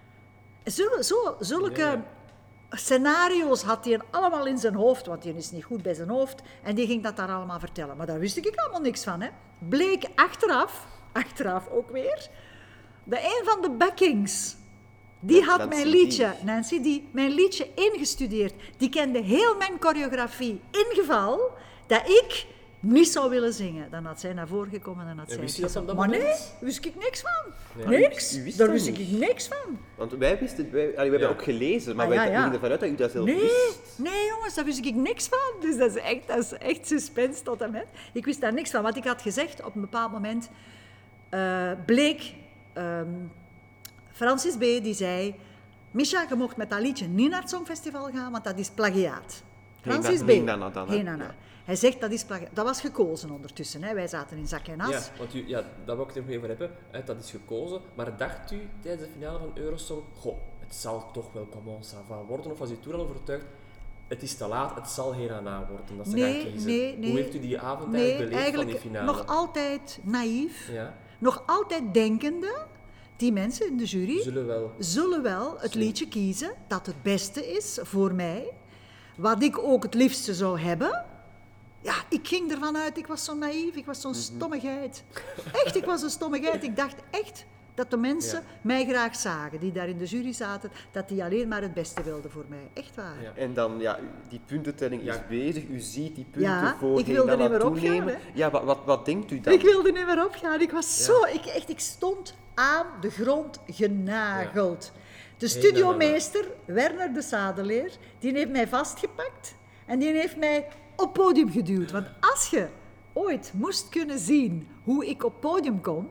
Zulke scenario's had hij allemaal in zijn hoofd, want die is niet goed bij zijn hoofd. En die ging dat daar allemaal vertellen. Maar daar wist ik allemaal niks van. Hè. Bleek achteraf ook weer, dat een van de backings... Die had mijn liedje, Nancy, die mijn liedje ingestudeerd. Die kende heel mijn choreografie in geval dat ik niet zou willen zingen. Dan had zij naar voren gekomen en had zij... Wist je dat op dat maar moment? nee, wist ik niks van. Nee. Niks. U wist Daar dat wist ik niet? niks van. Want wij hebben ook gelezen, maar wij gingen ervan uit dat u dat zelf wist. Nee, jongens, daar wist ik niks van. Dus dat is echt suspense tot en met. Ik wist daar niks van. Wat ik had gezegd op een bepaald moment bleek... Francis B. die zei, Misha, je mocht met dat liedje niet naar het Songfestival gaan, want dat is plagiaat. Francis B. Heenana. Hij zegt, dat is plagiaat. Dat was gekozen ondertussen. Hè. Wij zaten in zak en as. Ja, want dat wil ik er nog even hebben. Dat is gekozen. Maar dacht u tijdens de finale van Eurosong, het zal toch wel Comment ça va worden? Of was u toen al overtuigd, het is te laat, het zal Heenana worden dat ze gaan kiezen? Nee. Hoe heeft u die avond beleefd van die finale? Nog altijd naïef. Ja. Nog altijd denkende... Die mensen in de jury zullen wel het liedje kiezen dat het beste is voor mij. Wat ik ook het liefste zou hebben. Ja, ik ging ervan uit, ik was zo naïef, ik was zo'n stommigheid. Echt, ik was een stommigheid. Ik dacht echt dat de mensen mij graag zagen, die daar in de jury zaten, dat die alleen maar het beste wilden voor mij. Echt waar. Ja. En dan, die puntentelling is bezig, u ziet die punten voor ik wilde niet meer opgaan. Hè. Ja, wat denkt u dan? Ik wilde niet meer opgaan. Ik was ik stond aan de grond genageld. De studiomeester, Werner de Sadeleer, die heeft mij vastgepakt en die heeft mij op podium geduwd. Want als je ooit moest kunnen zien hoe ik op podium kom,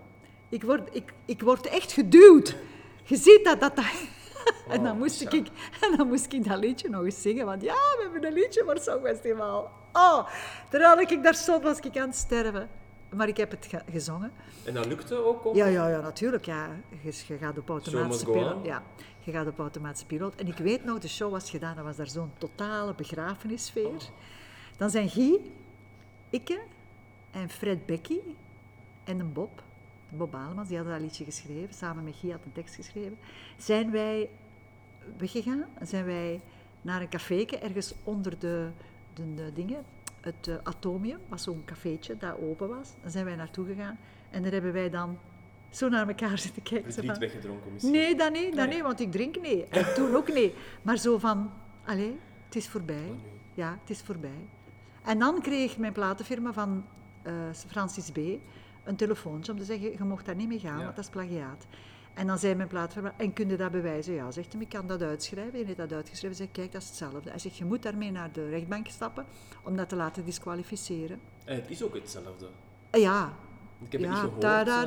ik word echt geduwd. Je ziet dat. En dan moest ik dat liedje nog eens zingen, want we hebben een liedje voor het Songfestival. Terwijl ik daar stond, was ik aan het sterven. Maar ik heb het gezongen. En dat lukte ook? Of? Ja, natuurlijk. Ja. Je gaat op automatische piloot. Ja, je gaat op automatische piloot. En ik weet nog, de show was gedaan, dat was daar zo'n totale begrafenissfeer. Dan zijn Guy, ik en Fred Becky en een Bob Alemans, die hadden dat liedje geschreven, samen met Guy had een tekst geschreven, zijn wij weggegaan en zijn wij naar een caféke ergens onder de dingen. Het Atomium was zo'n cafeetje dat open was. Daar zijn wij naartoe gegaan en daar hebben wij dan zo naar elkaar zitten kijken. Dus niet weggedronken misschien? Nee, dat niet, want ik drink niet. En toen ook niet. Maar zo van, het is voorbij. Ja, het is voorbij. En dan kreeg mijn platenfirma van Francis B. een telefoontje om te zeggen, je mocht daar niet mee gaan, want dat is plagiaat. En dan zei mijn platenfirma, en kun je dat bewijzen? Ja, zegt hij, ik kan dat uitschrijven. Hij heeft dat uitgeschreven. Hij zegt, kijk, dat is hetzelfde. Hij zegt, je moet daarmee naar de rechtbank stappen om dat te laten disqualificeren. En het is ook hetzelfde. Ja. Ik heb het niet gehoord.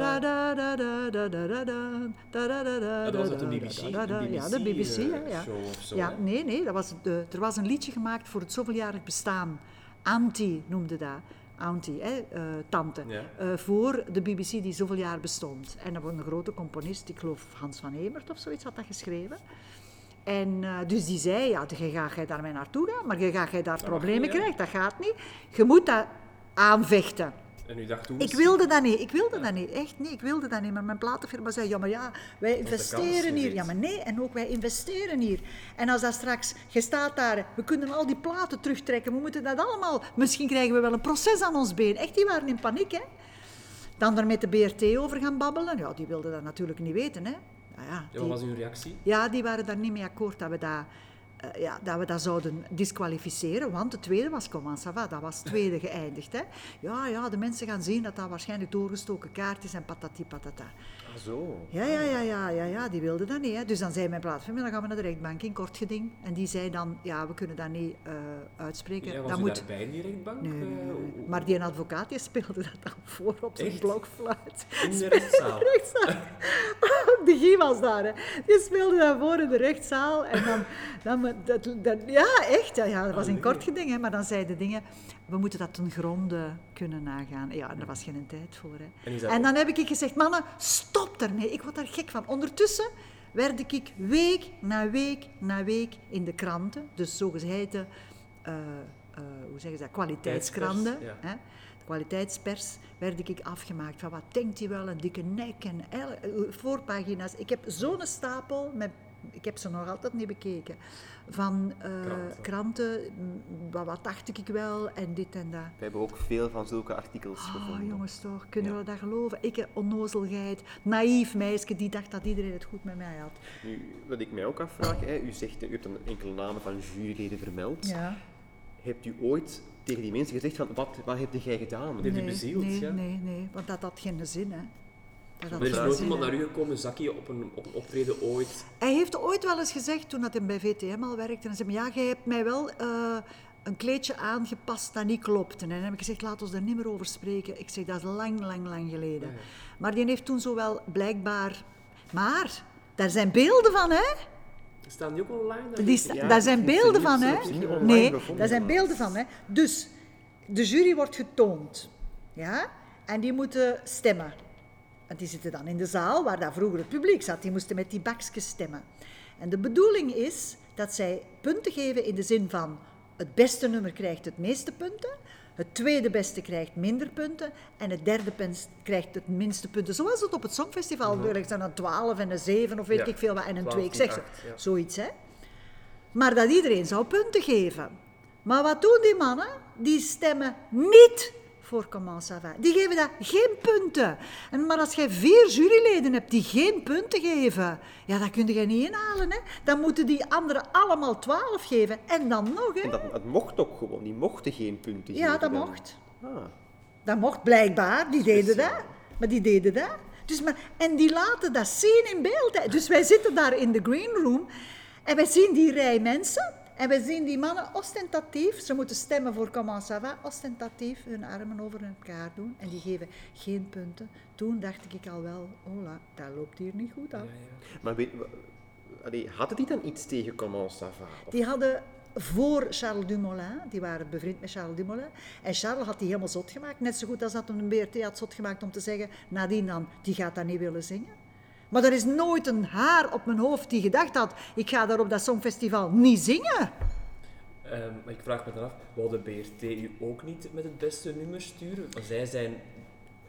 Dat was uit de BBC? Ja, de BBC. Show of zo. Ja, nee, er was een liedje gemaakt voor het zoveeljarig bestaan. Auntie noemde dat. Auntie, tante. Ja. Voor de BBC die zoveel jaar bestond. En dat was een grote componist, ik geloof Hans van Hemert of zoiets had dat geschreven. En dus die zei, ja, ga jij daarmee naartoe gaan, maar ga jij daar problemen krijgen, dat gaat niet. Je moet dat aanvechten. En u dacht toen... Ik wilde dat niet, echt niet, ik wilde dat niet. Maar mijn platenfirma zei, ja, maar ja, wij investeren hier. Ja, maar nee, en ook wij investeren hier. En als dat straks, je staat daar, we kunnen al die platen terugtrekken, we moeten dat allemaal... Misschien krijgen we wel een proces aan ons been. Echt, die waren in paniek, hè. Dan er met de BRT over gaan babbelen. Ja, die wilden dat natuurlijk niet weten, hè. Wat was uw reactie? Ja, die waren daar niet mee akkoord dat we dat zouden disqualificeren, want de tweede was comment ça va, dat was tweede geëindigd. Hè. Ja, de mensen gaan zien dat dat waarschijnlijk doorgestoken kaart is en patati patata. Ah, zo? Ja, die wilden dat niet. Hè. Dus dan zei mijn plaatfirma, dan gaan we naar de rechtbank in kort geding. En die zei dan, ja, we kunnen dat niet uitspreken. Ja, was dat u moet... daarbij in die rechtbank? Nee. Maar die advocaat die speelde dat dan voor op zijn blokfluit. In de rechtszaal? De Guy was daar, hè. Die speelde dat voor in de rechtszaal. En dan ja, echt. Ja, dat was een kort geding, hè. Maar dan zeiden dingen, we moeten dat ten gronde kunnen nagaan. Ja, daar was geen tijd voor. Hè. En dan heb ik gezegd, mannen, stop ermee. Ik word daar gek van. Ondertussen werd ik week na week na week in de kranten, dus zogeheten, hoe zeggen ze dat, kwaliteitskranten, hè, de kwaliteitspers, werd ik afgemaakt van wat denkt hij wel, een dikke nek en voorpagina's. Ik heb zo'n stapel met... Ik heb ze nog altijd niet bekeken. Van kranten, wat dacht ik wel, en dit en dat. We hebben ook veel van zulke artikels gevonden. Oh, jongens toch, kunnen we dat geloven? Ik, onnozelheid, naïef meisje die dacht dat iedereen het goed met mij had. Nu, wat ik mij ook afvraag, u hebt een enkele namen van juryleden vermeld. Ja. Hebt u ooit tegen die mensen gezegd van, wat heb jij gedaan? Heeft u bezield? Nee, want dat had geen zin, hè. Er is nooit iemand naar u gekomen, Zakkie, op een optreden ooit? Hij heeft ooit wel eens gezegd, toen hij bij VTM al werkte, en zei, ja, jij hebt mij wel een kleedje aangepast dat niet klopte. En dan heb ik gezegd, laat ons daar niet meer over spreken. Ik zeg, dat is lang geleden. Ja. Maar die heeft toen zo wel blijkbaar... Maar, daar zijn beelden van, hè? Staan die ook online? Daar zijn beelden van, hè? Nee, daar zijn beelden van, hè? Dus, de jury wordt getoond. Ja? En die moeten stemmen. En die zitten dan in de zaal waar daar vroeger het publiek zat. Die moesten met die bakjes stemmen. En de bedoeling is dat zij punten geven in de zin van het beste nummer krijgt het meeste punten, het tweede beste krijgt minder punten en het derde krijgt het minste punten. Zoals het op het Songfestival, er zijn een 12 en een 7 of weet ik veel wat en een 2. Ik zeg zoiets, hè. Maar dat iedereen zou punten geven. Maar wat doen die mannen? Die stemmen niet voor comment ça va. Die geven dat geen punten. Maar als jij 4 juryleden hebt die geen punten geven, ja, dat kun je niet inhalen. Hè. Dan moeten die anderen allemaal 12 geven. En dan nog, hè. En dat mocht ook gewoon. Die mochten geen punten geven. Ja, dat mocht. Dat mocht blijkbaar. Die deden dat. Maar die deden dat. Dus, en die laten dat zien in beeld. Hè. Dus wij zitten daar in de green room en wij zien die rij mensen. En we zien die mannen ostentatief, ze moeten stemmen voor comment ça va, ostentatief hun armen over elkaar doen en die geven geen punten. Toen dacht ik al wel, hola, dat loopt hier niet goed af. Ja. Maar hadden die dan iets tegen comment ça va? Die hadden voor Charles Dumoulin, die waren bevriend met Charles Dumoulin, en Charles had die helemaal zot gemaakt, net zo goed als dat een BRT had zot gemaakt om te zeggen, nadien dan, die gaat dat niet willen zingen. Maar er is nooit een haar op mijn hoofd die gedacht had, ik ga daar op dat Songfestival niet zingen. Maar ik vraag me dan af, wou de BRT u ook niet met het beste nummer sturen? Want zij zijn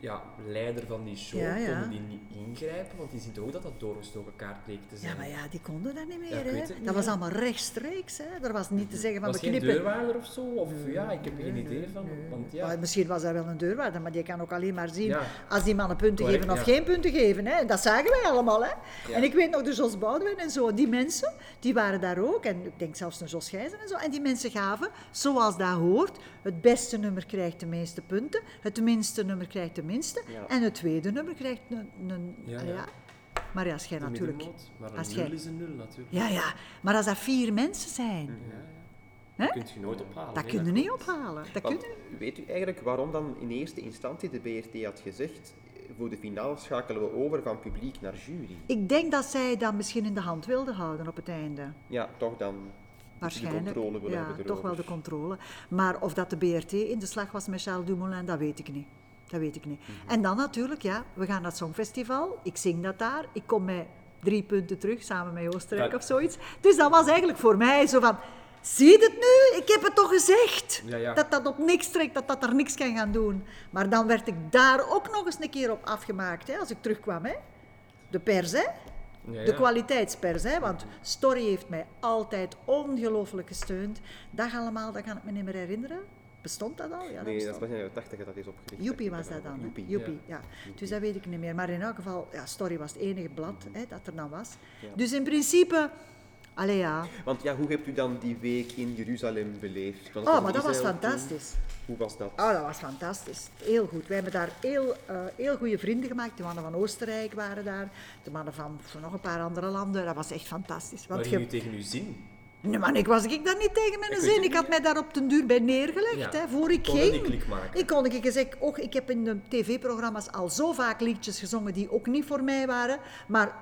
leider van die show, Ja, ja. konden die niet ingrijpen? Want die zien toch ook dat dat doorgestoken kaart bleek te zijn. Ja, maar ja, die konden dat niet meer. Ja, ik hè. weet het niet, Dat was hè. allemaal rechtstreeks. Hè. Er was niet te zeggen van Was we geen knippen. deurwaarder of zo? Of ja, ik heb er geen idee van. Nee. Want ja, Maar misschien was dat wel een deurwaarder, maar die kan ook alleen maar zien Ja. als die mannen punten Correct, geven of ja. geen punten geven. Hè. En dat zagen wij allemaal. Hè. Ja. En ik weet nog de Jos Boudewijn en zo, die mensen, die waren daar ook. En ik denk zelfs een Jos Gijzen en zo. En die mensen gaven, zoals dat hoort, het beste nummer krijgt de meeste punten, het minste nummer krijgt de minste Ja. en het tweede nummer krijgt een Ja, ah, ja. Maar als jij de natuurlijk... middenmoot. Maar als een jij- 0 is een 0 natuurlijk. Ja, maar als dat 4 mensen zijn, Ja, ja. Hè? Dat kun je nooit ophalen. dat nee, kun je niet klopt. ophalen. Dat kun Want je... weet u eigenlijk waarom dan in eerste instantie de BRT had gezegd, voor de finale schakelen we over van publiek naar jury? Ik denk dat zij dat misschien in de hand wilden houden op het einde. Ja, toch dan Waarschijnlijk. de controle willen Ja, hebben toch wel erover. de controle. Maar of dat de BRT in de slag was met Charles Dumoulin, dat weet ik niet. Dat weet ik niet. En dan natuurlijk, ja, we gaan naar het Songfestival. Ik zing dat daar. Ik kom met 3 punten terug, samen met Oostenrijk Ja. of zoiets. Dus dat was eigenlijk voor mij zo van... Zie je het nu? Ik heb het toch gezegd. Ja, ja. Dat dat op niks trekt, dat dat er niks kan gaan doen. Maar dan werd ik daar ook nog eens een keer op afgemaakt, hè, als ik terugkwam. Hè. De pers, hè. Ja, De ja. kwaliteitspers, hè, want Story heeft mij altijd ongelooflijk gesteund. Dat allemaal, dat kan ik me niet meer herinneren. Bestond dat al? Ja, Nee, dat bestond. is pas in de jaren 80 dat dat is opgericht. Joepie dacht was ik dat dan. Hè? Joepie. Joepie, ja. Dus dat weet ik niet meer. Maar in elk geval, ja, Story was het enige blad hè, dat er dan was. Ja. Dus in principe, allee ja. Want ja, hoe hebt u dan die week in Jeruzalem beleefd? Want Oh, in maar dat was Israël toen. fantastisch. Hoe was dat? Oh, dat was fantastisch. Heel goed. Wij hebben daar heel goede vrienden gemaakt. De mannen van Oostenrijk waren daar. De mannen van nog een paar andere landen. Dat was echt fantastisch. Want Maar ging u tegen uw zin? Nee, maar ik was daar niet tegen mijn Ik weet zin. het Ik had niet, mij daar op den duur bij neergelegd, Ja. hè, voor ik Kon je ging. die klik maken? Ik kon gezegd, ik heb in de tv-programma's al zo vaak liedjes gezongen die ook niet voor mij waren, maar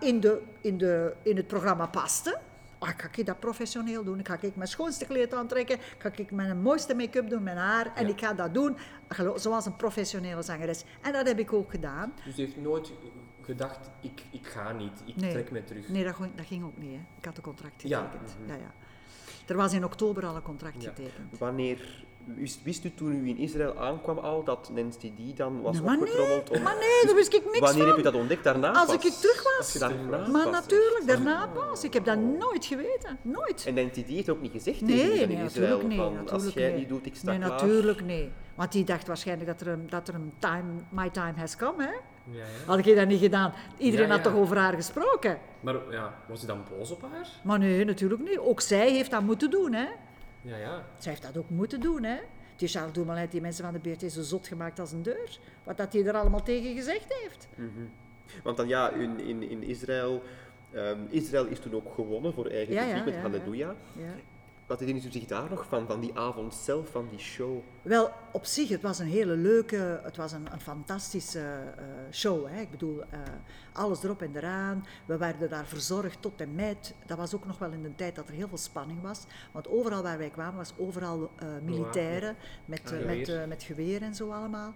in het programma pasten. Ga ik dat professioneel doen? Ga ik mijn schoonste kleed aantrekken? Ga ik mijn mooiste make-up doen, mijn haar? En Ja. ik ga dat doen zoals een professionele zangeres. En dat heb ik ook gedaan. Dus u heeft nooit gedacht, ik ga niet, ik trek me terug. Nee, dat ging ook niet. Hè. Ik had een contract Ja. getekend. Ja. Er was in oktober al een contract Ja. getekend. Wanneer wist u toen u in Israël aankwam al dat Nancy D dan was Nee, maar opgetrommeld? om- Maar nee, daar wist ik niks Wanneer van. heb je dat ontdekt? Daarna Als pas? ik terug was. Als je daarna Maar pas. natuurlijk, daarna pas. Ik heb dat nooit geweten. Nooit. En Nancy D heeft ook niet gezegd tegen u Nee, dan nee, in Israël natuurlijk niet. van, Natuurlijk als jij het niet. niet doet, ik sta Nee, klaar. natuurlijk niet. Want die dacht waarschijnlijk dat er een my time has come, hè. Ja, ja. Had ik dat niet gedaan. Iedereen Ja, had ja. toch over haar gesproken? Maar ja, was u dan boos op haar? Maar nee, natuurlijk niet. Ook zij heeft dat moeten doen, hè. Ja, ja. Zij heeft dat ook moeten doen, hè. Die Charles Dumoulin, die mensen van de BRT, zo zot gemaakt als een deur. Wat dat hij er allemaal tegen gezegd heeft. Want dan ja, in Israël... Israël is toen ook gewonnen voor eigen Ja, publiek ja, met ja, Halleluja. Ja. Wat herinnert u zich daar nog van die avond zelf, van die show? Wel, op zich, het was een hele leuke, het was een fantastische show. Hè. Ik bedoel, alles erop en eraan. We werden daar verzorgd tot en met. Dat was ook nog wel in de tijd dat er heel veel spanning was. Want overal waar wij kwamen, was overal militairen met geweer en zo allemaal.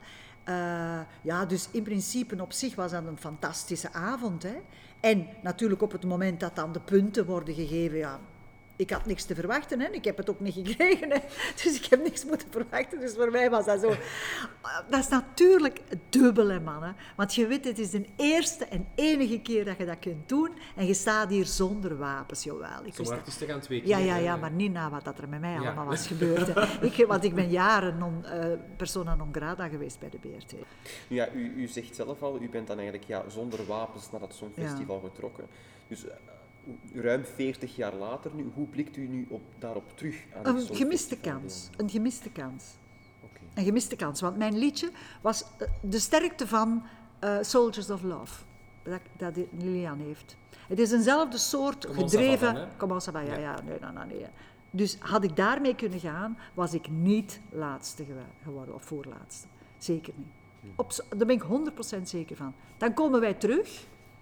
Ja, dus in principe op zich was dat een fantastische avond. Hè. En natuurlijk op het moment dat dan de punten worden gegeven, ja... Ik had niks te verwachten, hè. Ik heb het ook niet gekregen. Hè. Dus ik heb niks moeten verwachten. Dus voor mij was dat zo... Dat is natuurlijk dubbel, hè, man. Hè. Want je weet, het is de eerste en enige keer dat je dat kunt doen. En je staat hier zonder wapens, jawel. Sommige artiesten gaan 2 keer. Ja, maar niet na wat dat er met mij Ja. allemaal was gebeurd. Hè. Want ik ben jaren persona non grata geweest bij de BRT. Ja, u zegt zelf al, u bent dan eigenlijk zonder wapens naar dat Songfestival getrokken. Dus ruim 40 jaar later nu, hoe blikt u nu daarop terug? Aan het Een Songfestival? gemiste kans. Een gemiste kans. Oké. Een gemiste kans, want mijn liedje was de sterkte van Soldiers of Love, dat Lilian heeft. Het is eenzelfde soort Comment ça gedreven... va dan, hè? Comment ça va, ja, nee. Dus had ik daarmee kunnen gaan, was ik niet laatste geworden, of voorlaatste. Zeker niet. Daar ben ik 100% zeker van. Dan komen wij terug...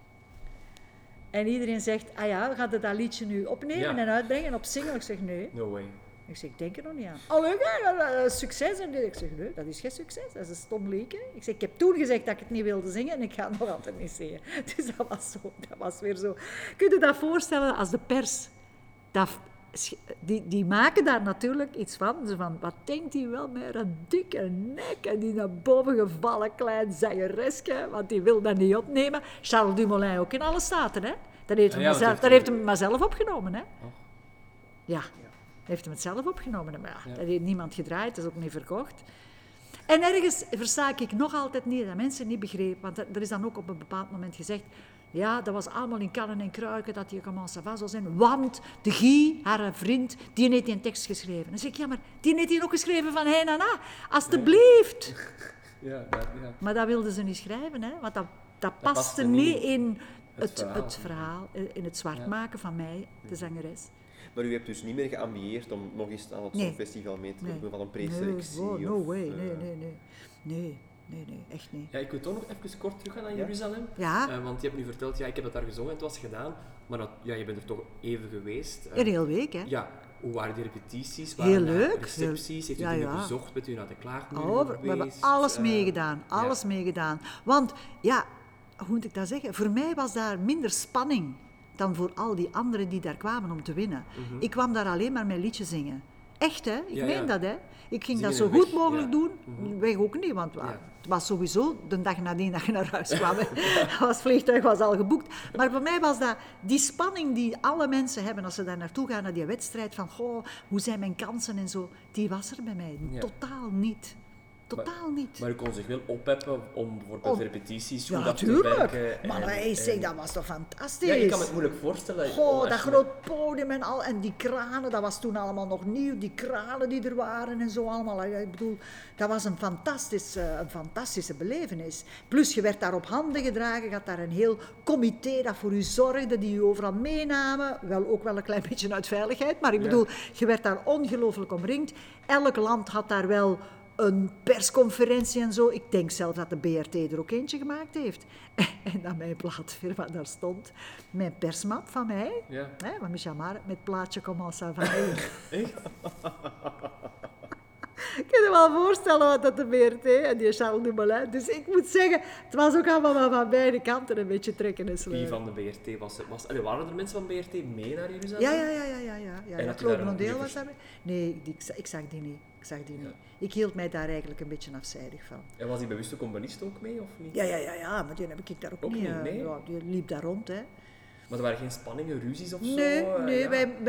En iedereen zegt, gaat je dat liedje nu opnemen en uitbrengen op single? Ik zeg, nee. No way. Ik zeg, ik denk er nog niet aan. Oh, leuk, succes. En ik zeg, nee, dat is geen succes. Dat is een stom liedje. Ik zeg, ik heb toen gezegd dat ik het niet wilde zingen en ik ga het nog altijd niet zingen. Dus dat was weer zo. Kun je dat voorstellen als de pers dat die maken daar natuurlijk iets van. Zo van, wat denkt hij wel met een dikke nek en die naar boven gevallen klein zangereske, want die wil dat niet opnemen. Charles Dumoulin ook in alle staten, hè. Dat heeft hem maar zelf opgenomen, hè. Oh. Ja, heeft hem het zelf opgenomen. Maar ja, dat heeft niemand gedraaid, dat is ook niet verkocht. En ergens versta ik nog altijd niet dat mensen niet begrepen, want er is dan ook op een bepaald moment gezegd, ja, dat was allemaal in kannen en kruiken dat die comment ça va zou zijn, want de Guy, haar vriend, die heeft die een tekst geschreven. Dan zeg ik, ja, maar die heeft die ook geschreven van hey en na, alstublieft. Ja. Maar dat wilden ze niet schrijven, hè, want dat paste niet in het verhaal, in het zwart maken van mij, de zangeres. Maar u hebt dus niet meer geambieerd om nog eens aan het Songfestival mee te doen van een preselectie? No way, nee, echt niet. Ja, ik wil toch nog even kort teruggaan naar Jeruzalem. Ja. Want je hebt nu verteld, ik heb het daar gezongen en het was gedaan, maar je bent er toch even geweest. Een hele week, hè? Ja. Hoe waren die repetities? Heel leuk. Recepties? Heeft u dingen bezocht? Bent u naar de klaagmuur geweest? We hebben alles meegedaan. Want, ja, hoe moet ik dat zeggen? Voor mij was daar minder spanning dan voor al die anderen die daar kwamen om te winnen. Mm-hmm. Ik kwam daar alleen maar mijn liedje zingen. Echt, hè? Ik meen dat, hè? Ik ging dat zo goed mogelijk doen. Mm-hmm. Wij ook niet, want het was sowieso de dag nadien dat je naar huis kwam. Het vliegtuig was al geboekt. Maar voor mij was dat die spanning die alle mensen hebben als ze daar naartoe gaan, naar die wedstrijd van, goh, hoe zijn mijn kansen en zo, die was er bij mij totaal niet. Totaal niet. Maar u kon zich wel oppeppen om bijvoorbeeld repetities goed af te werken. Maar dat was toch fantastisch? Ja, ik kan me het moeilijk voorstellen. Dat groot podium en die kranen, dat was toen allemaal nog nieuw. Die kranen die er waren en zo allemaal. Ik bedoel, dat was een fantastische belevenis. Plus, je werd daar op handen gedragen. Je had daar een heel comité dat voor u zorgde, die u overal meenamen. Ook wel een klein beetje uit veiligheid. Maar ik bedoel, je werd daar ongelooflijk omringd. Elk land had daar wel een persconferentie en zo. Ik denk zelf dat de BRT er ook eentje gemaakt heeft. En dat mijn platenfirma daar stond. Mijn persmap van mij, van Michel Mare, met het plaatje Comment ça va. Echt? Ik kan je wel voorstellen wat dat de BRT en die Charles Dumoulin. Dus ik moet zeggen, het was ook allemaal van beide kanten een beetje trekken en sleuren. Wie van de BRT was? Waren er mensen van BRT mee naar Jeruzalem? Ja. Claude Mondeel was daar mee. Nee, ik zag die niet. Ik hield mij daar eigenlijk een beetje afzijdig van. En was die bewuste componist ook mee, of niet? Ja, maar die heb ik daar ook niet mee. Ja, die liep daar rond, hè. Maar er waren geen spanningen, ruzies of zo? Nee,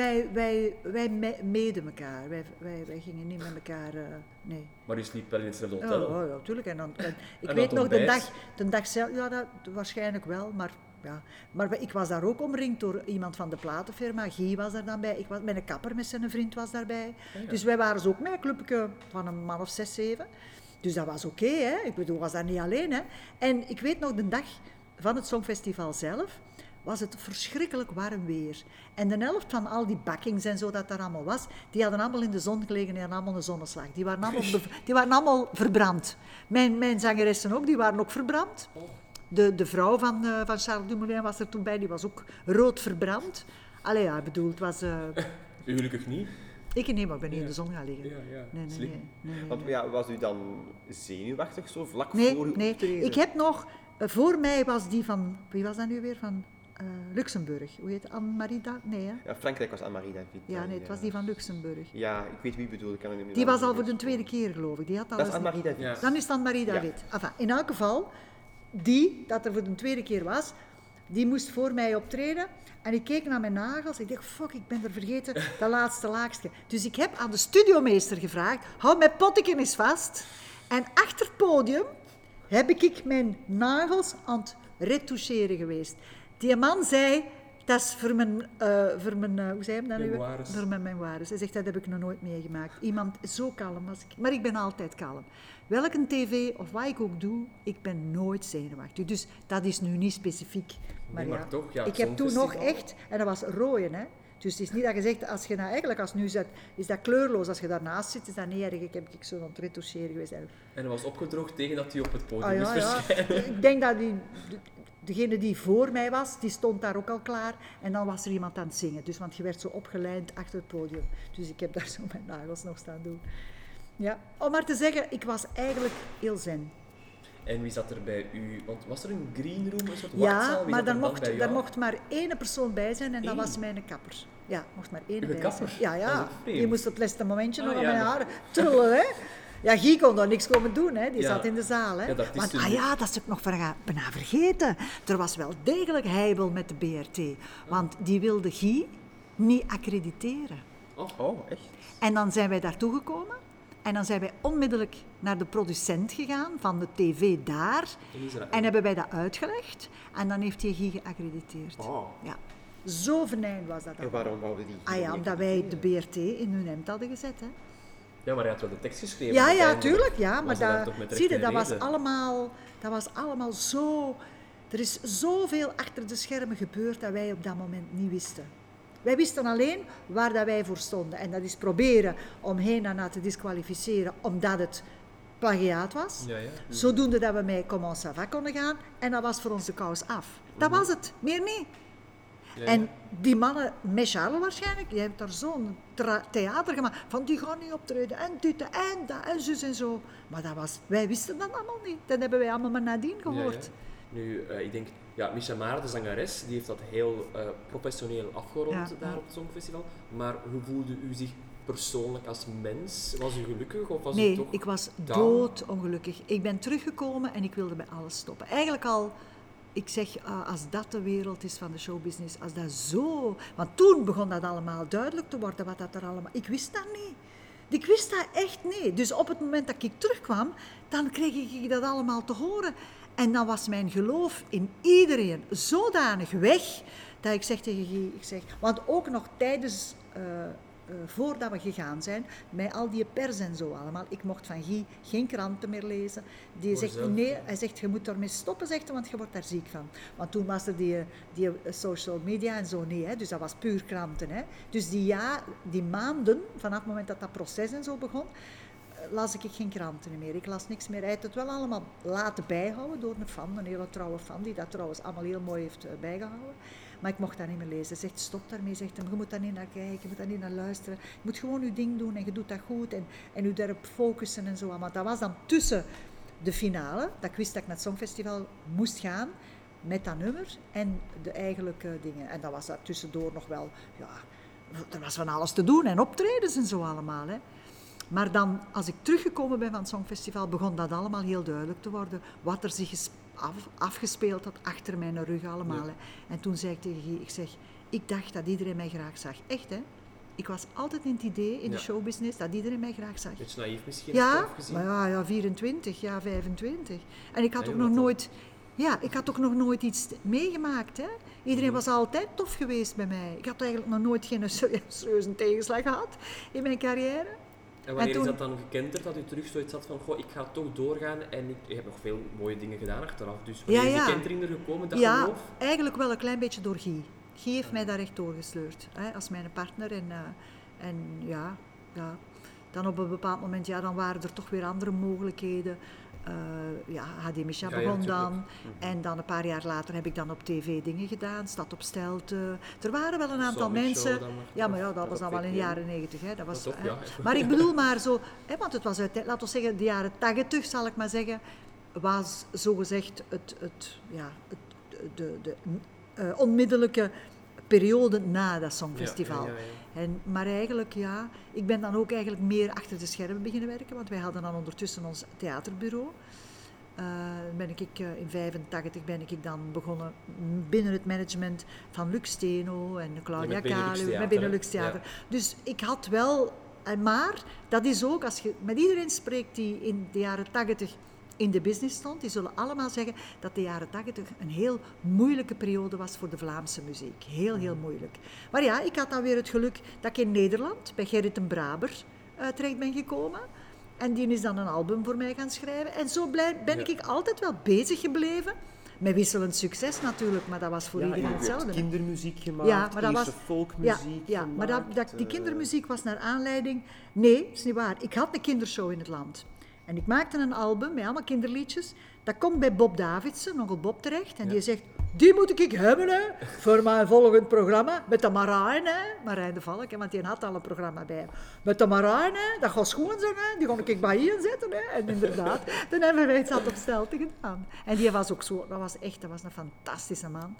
wij meden elkaar. Wij gingen niet met elkaar, nee. Maar u sliep wel in hetzelfde hotel? Ja, natuurlijk. Ik weet nog, de dag zelf, ja, dat waarschijnlijk wel, maar... Ja, maar ik was daar ook omringd door iemand van de platenfirma. Guy was daar dan bij. Mijn kapper met zijn vriend was daarbij. Ja. Dus wij waren ook met een clubje van een man of 6, 7. Dus dat was oké, hè. Ik bedoel, was daar niet alleen, hè. En ik weet nog, de dag van het Songfestival zelf was het verschrikkelijk warm weer. En de helft van al die bakkings en zo dat daar allemaal was, die hadden allemaal in de zon gelegen en hadden allemaal een zonneslag. Die waren allemaal verbrand. Mijn zangeressen ook, die waren ook verbrand. De vrouw van Charles Dumoulin was er toen bij, die was ook rood verbrand. Allee, ja, ik bedoel, het was... U gelukkig niet? Ik maar ik ben niet in de zon gaan liggen. Nee. Want was u dan zenuwachtig zo vlak voor uw optreden? Nee, ik heb nog... voor mij was die van... Wie was dat nu weer? Van Luxemburg. Hoe heet het? Anne-Marie David? Nee, hè? Ja, Frankrijk was Anne-Marie David. Ja, nee, het was die van Luxemburg. Ja, ik weet wie bedoel. Die was al voor de tweede keer, geloof ik. Dat is Anne-Marie David. Ja. Dan is het Anne-Marie David. Ja. Enfin, in elk geval... dat er voor de tweede keer was, die moest voor mij optreden. En ik keek naar mijn nagels. Ik dacht, fuck, ik ben er vergeten, dat laatste laagje. Dus ik heb aan de studiomeester gevraagd, hou mijn potteken eens vast. En achter het podium heb ik mijn nagels aan het retoucheren geweest. Die man zei, dat is voor mijn hoe zei hij dat nu? Voor mijn memoires. Hij zegt, dat heb ik nog nooit meegemaakt. Iemand zo kalm als ik. Maar ik ben altijd kalm. Welke tv of wat ik ook doe, ik ben nooit zenuwachtig. Dus dat is nu niet specifiek. Maar, maar toch, ik heb toen nog echt, en dat was rooien, hè. Dus het is niet dat je zegt, als je nou eigenlijk, als nu zit, is dat kleurloos. Als je daarnaast zit, is dat niet erg. Ik heb zo aan het retoucheren geweest. En dat was opgedroogd tegen dat hij op het podium moest verschijnen. Ik denk dat degene die voor mij was, die stond daar ook al klaar. En dan was er iemand aan het zingen. Dus, want je werd zo opgelijnd achter het podium. Dus ik heb daar zo mijn nagels nog staan doen. Ja, om maar te zeggen, ik was eigenlijk heel zen. En wie zat er bij u? Want was er een green room, een soort wachtzaal? Ja, maar daar mocht maar 1 persoon bij zijn en dat was mijn kapper. Ja, mocht maar één Uw bij kapper? zijn. Ja, Dat is ook vreemd. die moest op het laatste momentje nog aan ja, mijn dat- haren trullen, hè. Ja, Guy kon daar niks komen doen, hè. Die Ja. zat in de zaal, hè. Ja, dat is Want, toen- dat is ook nog bijna vergeten. Er was wel degelijk heibel met de BRT. Want die wilde Guy niet accrediteren. Oh, echt? En dan zijn wij daartoe gekomen. En dan zijn wij onmiddellijk naar de producent gegaan van de tv daar. In Israël. En hebben wij dat uitgelegd. En dan heeft hij Guy geaccrediteerd. Oh. Ja. Zo venijn was dat En allemaal. waarom wouden die? Ah ja, omdat wij de BRT in hun hemd hadden gezet. Hè. Ja, maar hij had wel de tekst geschreven. Ja, uiteindelijk. tuurlijk. Ja, maar Was hij daar dat, toch met zie je, recht dat en was, reden? allemaal zo... Er is zoveel achter de schermen gebeurd dat wij op dat moment niet wisten. Wij wisten alleen waar dat wij voor stonden. En dat is proberen om Heinana te disqualificeren omdat het plagiaat was. Ja. Zodoende dat we met Comment ça va konden gaan. En dat was voor ons de kous af. Dat was het, meer niet. Ja, ja. En die mannen, met Charles waarschijnlijk, die hebben daar zo'n theater gemaakt. Van die gaan niet optreden en dit en dat en zus en zo. Maar wij wisten dat allemaal niet. Dat hebben wij allemaal maar nadien gehoord. Ja. Nu, ik denk, Misha Maar, de zangeres, die heeft dat heel professioneel afgerond Ja. daar op het Songfestival. Maar hoe voelde u zich persoonlijk als mens? Was u gelukkig of was u Nee, toch ik was down? doodongelukkig. Ik ben teruggekomen en ik wilde bij alles stoppen. Eigenlijk al, ik zeg, als dat de wereld is van de showbusiness, als dat zo... Want toen begon dat allemaal duidelijk te worden, wat dat er allemaal... Ik wist dat niet. Ik wist dat echt niet. Dus op het moment dat ik terugkwam, dan kreeg ik dat allemaal te horen. En dan was mijn geloof in iedereen zodanig weg, dat ik zeg tegen Guy, want ook nog tijdens... voordat we gegaan zijn, met al die pers en zo allemaal. Ik mocht van Guy geen kranten meer lezen. Die zegt, zelf? nee, hij zegt, je moet ermee stoppen, zegt hij, want je wordt daar ziek van. Want toen was er die social media en zo niet, hè. Dus dat was puur kranten. Hè. Dus die maanden, vanaf het moment dat dat proces en zo begon, las ik geen kranten meer. Ik las niks meer. Hij heeft het wel allemaal laten bijhouden door een fan, een hele trouwe fan, die dat trouwens allemaal heel mooi heeft bijgehouden. Maar ik mocht dat niet meer lezen. Hij zegt, stop daarmee. Zegt hem, je moet daar niet naar kijken, je moet daar niet naar luisteren. Je moet gewoon je ding doen en je doet dat goed en je daarop focussen en zo. Maar dat was dan tussen de finale, dat ik wist dat ik naar het Songfestival moest gaan, met dat nummer en de eigenlijke dingen. En dat was dat tussendoor nog wel, ja, er was van alles te doen en optredens en zo allemaal, hè. Maar dan, als ik teruggekomen ben van het Songfestival, begon dat allemaal heel duidelijk te worden. Wat er zich afgespeeld had achter mijn rug allemaal. Ja. Hè. En toen zei ik tegen Guy, ik dacht dat iedereen mij graag zag. Echt, hè. Ik was altijd in het idee, in de showbusiness, dat iedereen mij graag zag. Beetje naïef misschien, Ja, achteraf gezien. maar ja, 24, ja, 25. En ik had Ja, ook je nog had nooit... Ja, ik had ook nog nooit iets meegemaakt. Hè. Iedereen was altijd tof geweest bij mij. Ik had eigenlijk nog nooit geen serieuze tegenslag gehad in mijn carrière. En wanneer toen- is dat dan gekenterd, dat u terug zoiets had van, goh, ik ga toch doorgaan en ik heb nog veel mooie dingen gedaan achteraf. Dus wanneer is die kentering er gekomen, dat Ja, geloof? eigenlijk wel een klein beetje door Guy. Guy heeft mij daar echt doorgesleurd, hè, als mijn partner. En ja, dan op een bepaald moment, ja, dan waren er toch weer andere mogelijkheden. HD Misha Ja, begon tuurlijk. dan. En dan een paar jaar later heb ik dan op tv dingen gedaan, Stad op Stelte. Er waren wel een aantal Zomershow mensen... dan nog, Ja, maar ja, of dat was op dan wel in de VTM. jaren 90. Hè. Dat was, toch, hè. ja. Maar ik bedoel maar zo... Hè, want het was laten we zeggen, de jaren 80, zal ik maar zeggen, was zogezegd de onmiddellijke periode na dat Songfestival. Ja. Maar eigenlijk, ja, ik ben dan ook eigenlijk meer achter de schermen beginnen werken, want wij hadden dan ondertussen ons theaterbureau. In 85 ben ik dan begonnen binnen het management van Luc Steno en Claudia met Benelux Kalu, Theater, met Benelux hè? Theater. Ja. Dus ik had wel, maar dat is ook, als je met iedereen spreekt die in de jaren 80 in de business stond, die zullen allemaal zeggen dat de jaren 80 een heel moeilijke periode was voor de Vlaamse muziek. Heel, heel moeilijk. Maar ja, ik had dan weer het geluk dat ik in Nederland bij Gerrit en Braber terecht ben gekomen. En die is dan een album voor mij gaan schrijven. En zo ben ik altijd wel bezig gebleven. Met wisselend succes natuurlijk, maar dat was voor Ja, iedereen je hebt hetzelfde. kindermuziek gemaakt, Ja, maar dat eerste was- folkmuziek Ja, maar gemaakt, die kindermuziek was naar aanleiding... Nee, dat is niet waar. Ik had een kindershow in het land. En ik maakte een album met allemaal kinderliedjes. Dat komt bij Bob Davidsen, onkel Bob, terecht. En die zegt, die moet ik hebben, hè, voor mijn volgend programma. Met de Marijn, hè. Marijn de Valk, hè, want die had al een programma bij hem. Met de Marijn, hè. Dat gaat schoon zijn, hè. Die kon ik bij hier zetten, hè. En inderdaad, toen hebben wij het Stad op Stelte gedaan. En die was ook zo... Dat was een fantastische man.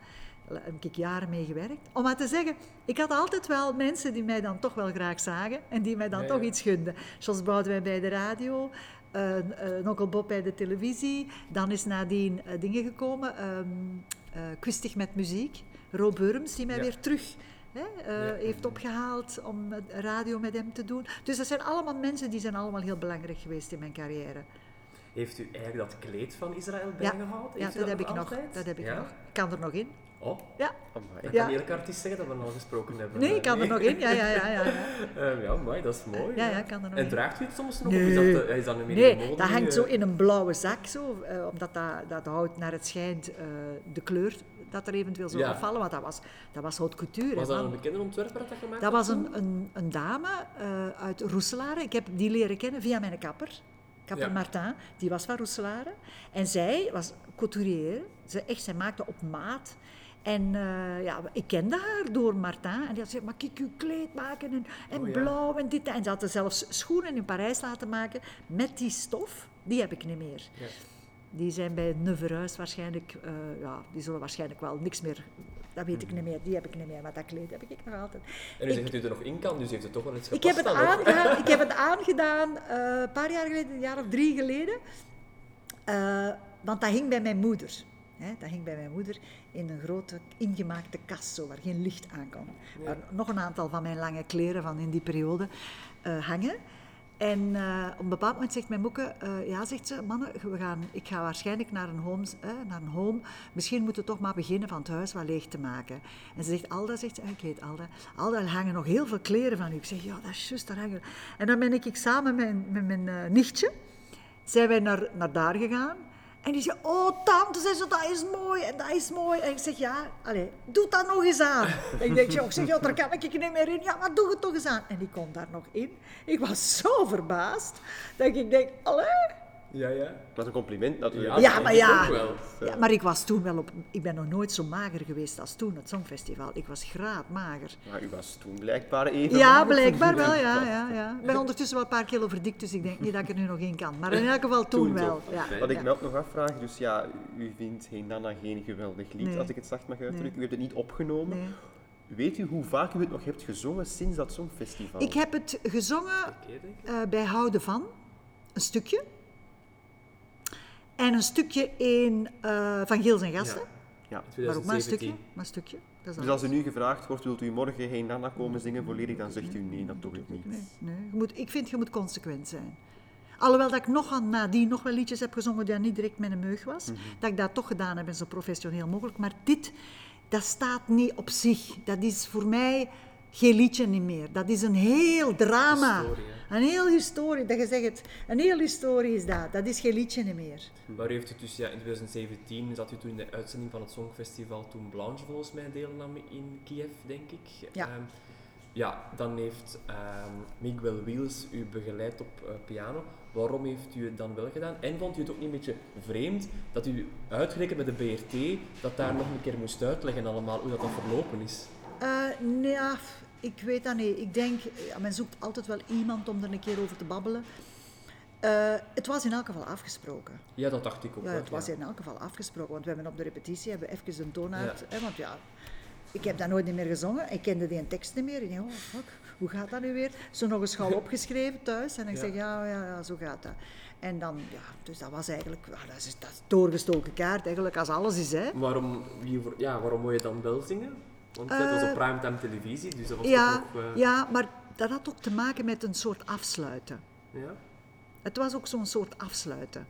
Daar heb ik jaren mee gewerkt. Om maar te zeggen, ik had altijd wel mensen die mij dan toch wel graag zagen en die mij dan toch iets gunden. Zoals Boudewijn bij de radio, Onkel Bob bij de televisie. Dan is nadien dingen gekomen, Kwistig met muziek. Rob Burms, die mij weer terug heeft opgehaald om radio met hem te doen. Dus dat zijn allemaal mensen die zijn allemaal heel belangrijk geweest in mijn carrière. Heeft u eigenlijk dat kleed van Israël bijgehouden? Ja, dat heb ik nog. Dat heb ik nog. Ik kan er nog in. Oh, ja. Dan kan elke artiest zeggen dat we al gesproken hebben. Nee, ik kan er nog in. Ja. Ja, mooi, dat is mooi. Ja, ik kan er nog en in. draagt u het soms nog? Nee. Of is dat een meer mode? Dat hangt zo in een blauwe zak, zo, omdat dat houdt naar het schijnt de kleur dat er eventueel zou afvallen, want dat was haute couture. Was dat een bekende ontwerper dat gemaakt had? Dat was een dame uit Roeselare. Ik heb die leren kennen via mijn kapper Martin, die was van Roeselare. En zij was couturier. Zij maakte op maat. En ik kende haar door Martin. En die had gezegd, mag ik uw kleed maken? En blauw en dit. En ze hadden zelfs schoenen in Parijs laten maken met die stof. Die heb ik niet meer. Ja. Die zijn bij Neuveruis waarschijnlijk... die zullen waarschijnlijk wel niks meer... Dat weet ik niet meer. Die heb ik niet meer. Maar dat kleed heb ik nog altijd. En u zegt dat u er nog in kan, dus heeft het toch wel iets gepast? Ik heb het aangedaan een paar jaar geleden, een jaar of 3 geleden. Want dat hing bij mijn moeder. Dat hing bij mijn moeder in een grote ingemaakte kast, zo, waar geen licht aan kwam. Ja. Waar nog een aantal van mijn lange kleren van in die periode hangen. En op een bepaald moment zegt mijn moeke, zegt ze, mannen, ik ga waarschijnlijk naar een home. Misschien moeten we toch maar beginnen van het huis wat leeg te maken. En ze zegt, Alda, ik heet Alda. Alda, er hangen nog heel veel kleren van u. Ik zeg, ja, dat is juist, daar hangen. En dan ben ik samen met mijn nichtje, zijn wij naar daar gegaan. En die zei, oh tante, zei ze, dat is mooi en dat is mooi. En ik zeg, doe dat nog eens aan. En ik zeg, daar kan ik niet meer in. Ja, maar doe het toch eens aan. En die kon daar nog in. Ik was zo verbaasd, dat ik denk, Ja. Dat is een compliment natuurlijk. Ja, maar ik was toen wel ik ben nog nooit zo mager geweest als toen, het Songfestival. Ik was graadmager. Maar u was toen blijkbaar even... Ja, blijkbaar wel, ja. Ik ben ondertussen wel een paar kilo verdikt, dus ik denk niet dat ik er nu nog in kan. Maar in elk geval toen wel. Ja. Wat ik me ook nog afvraag, dus u vindt Hey Nana geen geweldig lied, als ik het zacht mag uitdrukken. U hebt het niet opgenomen. Nee. Weet u hoe vaak u het nog hebt gezongen sinds dat Songfestival? Ik heb het gezongen bij Houden van, een stukje. En een stukje van Gils en Gasten. Ja. Maar ook maar een stukje. Dat dus als u nu gevraagd wordt, wilt u morgen Hey Nana komen zingen volledig, dan zegt u nee, dat doe ik niet. Nee. Ik vind, je moet consequent zijn. Alhoewel dat ik nadien nog wel liedjes heb gezongen die niet direct met een meug was. Dat ik dat toch gedaan heb en zo professioneel mogelijk. Maar dat staat niet op zich. Dat is voor mij geen liedje niet meer. Dat is een heel drama. Een heel historie, dat je zegt, een heel historie is dat. Dat is geen liedje niet meer. Maar u heeft het dus, in 2017 zat u toen in de uitzending van het Songfestival, toen Blanche volgens mij deelnam in Kiev, denk ik. Ja. Dan heeft Miguel Wiels u begeleid op piano. Waarom heeft u het dan wel gedaan? En vond u het ook niet een beetje vreemd dat u uitgerekend met de BRT dat daar nog een keer moest uitleggen allemaal hoe dat verlopen is? Nee, ik weet dat niet. Ik denk, men zoekt altijd wel iemand om er een keer over te babbelen. Het was in elk geval afgesproken. Ja, dat dacht ik ook. Ja, het was in elk geval afgesproken, want we hebben op de repetitie even een toonaard. Want ik heb dat nooit meer gezongen. Ik kende die tekst niet meer. Ik dacht, fuck, hoe gaat dat nu weer? Zo nog eens gauw opgeschreven thuis. En ik zeg, ja, zo gaat dat. En dan, dus dat was eigenlijk, dat is doorgestoken kaart eigenlijk, als alles is, hè. Waarom moet je dan wel zingen? Want dat was op primetime televisie, dus dat was toch ook... Ja, maar dat had ook te maken met een soort afsluiten. Ja? Het was ook zo'n soort afsluiten.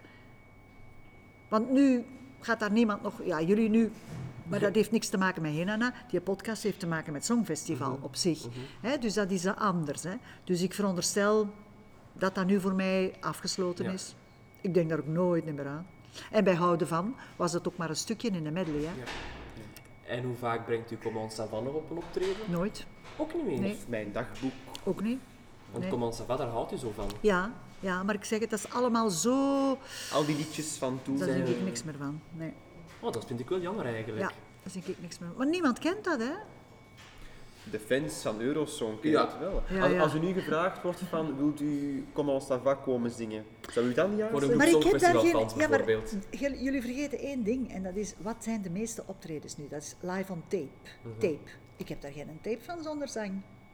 Want nu gaat daar niemand nog... Ja, jullie nu... Maar dat heeft niks te maken met Hey Nana. Die podcast heeft te maken met Songfestival op zich. Dus dat is anders. Hè? Dus ik veronderstel dat dat nu voor mij afgesloten is. Ik denk daar ook nooit meer aan. En bij Houden van was het ook maar een stukje in de medley. Hè? Ja. En hoe vaak brengt u Comment ça va nog op een optreden? Nooit. Ook niet meer? Nee. Of mijn dagboek? Ook niet. Want Comment ça va, daar houdt u zo van. Ja, maar ik zeg het, dat is allemaal zo... Al die liedjes van toen daar denk ik niks meer van, nee. Oh, dat vind ik wel jammer eigenlijk. Ja, daar denk ik niks meer van. Maar niemand kent dat, hè? de fans van Eurosong kennen het wel. Als u nu gevraagd wordt van, wilt u Comme on ça va komen zingen, zou u dan ja voor zeggen? een Songfestivalfans bijvoorbeeld. Jullie vergeten één ding, en dat is, wat zijn de meeste optredens nu? Dat is live on tape. Ik heb daar geen tape van zonder zang.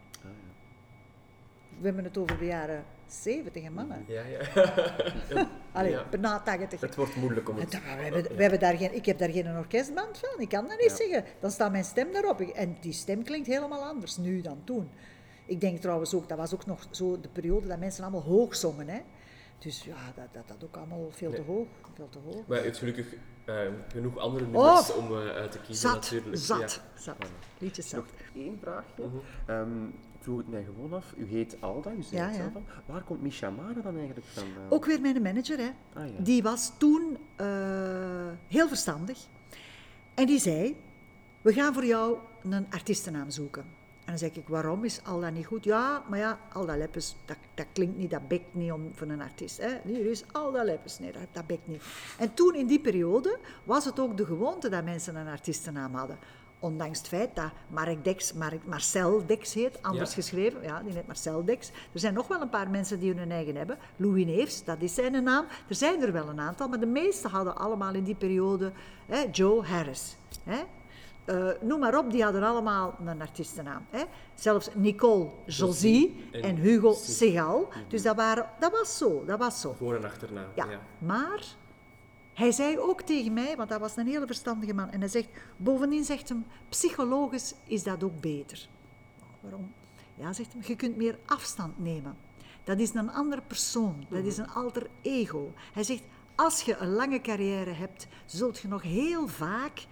We hebben het over de jaren 70, mannen. Ja. Allee, bijna 80. Het wordt moeilijk om het... Ik heb daar geen orkestband van, ik kan dat niet zeggen. Dan staat mijn stem daarop. En die stem klinkt helemaal anders nu dan toen. Ik denk trouwens ook, dat was ook nog zo de periode dat mensen allemaal hoog zongen. Hè. Dus ja, dat ook allemaal veel te hoog. Maar je hebt gelukkig genoeg andere nummers om uit te kiezen natuurlijk. Zat. Liedjes zat. Nog één vraagje. Ik vroeg het mij gewoon af. U heet Alda, u zei het zelf al. Waar komt Misha Mara dan eigenlijk van? Ook weer mijn manager. Hè. Die was toen heel verstandig. En die zei, we gaan voor jou een artiestennaam zoeken. En dan zeg ik, waarom is Alda niet goed? Ja, maar ja, Alda Leppes, dat klinkt niet, dat bekt niet voor een artiest. Hè. Hier is Alda Leppes, nee, dat bekt niet. En toen in die periode was het ook de gewoonte dat mensen een artiestennaam hadden. Ondanks het feit dat Marcel Dex heet, anders geschreven. Ja, die heet Marcel Dex. Er zijn nog wel een paar mensen die hun eigen hebben. Louis Neefs, dat is zijn naam. Er zijn er wel een aantal, maar de meesten hadden allemaal in die periode Joe Harris. Noem maar op, die hadden allemaal een artiestennaam. Hè. Zelfs Nicole Josie en Hugo Segal. Dus dat was zo. Voor- en achternaam. Ja. Maar hij zei ook tegen mij, want dat was een hele verstandige man, en hij zegt, bovendien zegt hem, psychologisch is dat ook beter. Waarom? Ja, zegt hem, je kunt meer afstand nemen. Dat is een andere persoon, dat is een alter ego. Hij zegt, als je een lange carrière hebt, zult je nog heel vaak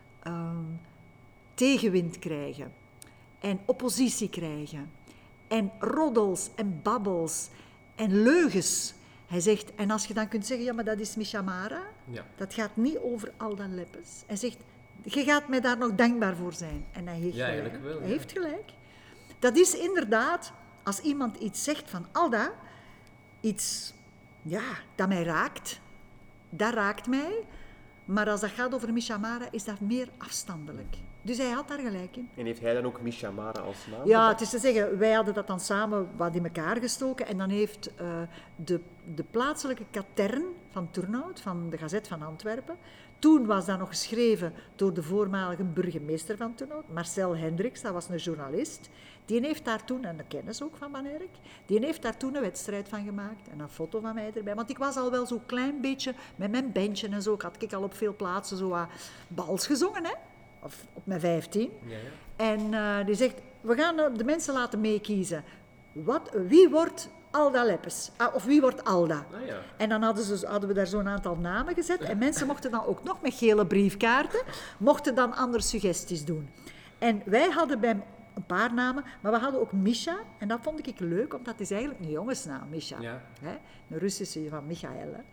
tegenwind krijgen en oppositie krijgen en roddels en babbels en leugens. Hij zegt, en als je dan kunt zeggen, ja, maar dat is Misha Mara, dat gaat niet over Alda Leppes. Hij zegt, je gaat mij daar nog dankbaar voor zijn. En hij heeft gelijk. Wel, hij heeft gelijk. Dat is inderdaad, als iemand iets zegt van Alda, iets dat mij raakt, dat raakt mij. Maar als dat gaat over Misha Mara, is dat meer afstandelijk. Dus hij had daar gelijk in. En heeft hij dan ook Misha Mara als naam? Ja, het is te zeggen, wij hadden dat dan samen wat in elkaar gestoken. En dan heeft de plaatselijke katern van Turnhout, van de Gazet van Antwerpen, toen was dat nog geschreven door de voormalige burgemeester van Turnhout, Marcel Hendricks, dat was een journalist. Die heeft daar toen, en de kennis ook van Van Herk, die heeft daar toen een wedstrijd van gemaakt en een foto van mij erbij. Want ik was al wel zo'n klein beetje, met mijn bandje en zo, had ik al op veel plaatsen zo wat bals gezongen, hè. Of op mijn 15. Ja. En die zegt, we gaan de mensen laten meekiezen. Wie wordt Alda Leppes? Of wie wordt Alda? En dan hadden we daar zo'n aantal namen gezet. En mensen mochten dan ook nog met gele briefkaarten, mochten dan andere suggesties doen. En wij hadden bij een paar namen, maar we hadden ook Misha. En dat vond ik leuk, want dat is eigenlijk een jongensnaam, Misha. Ja. Hè? Een Russische van Michael. Hè?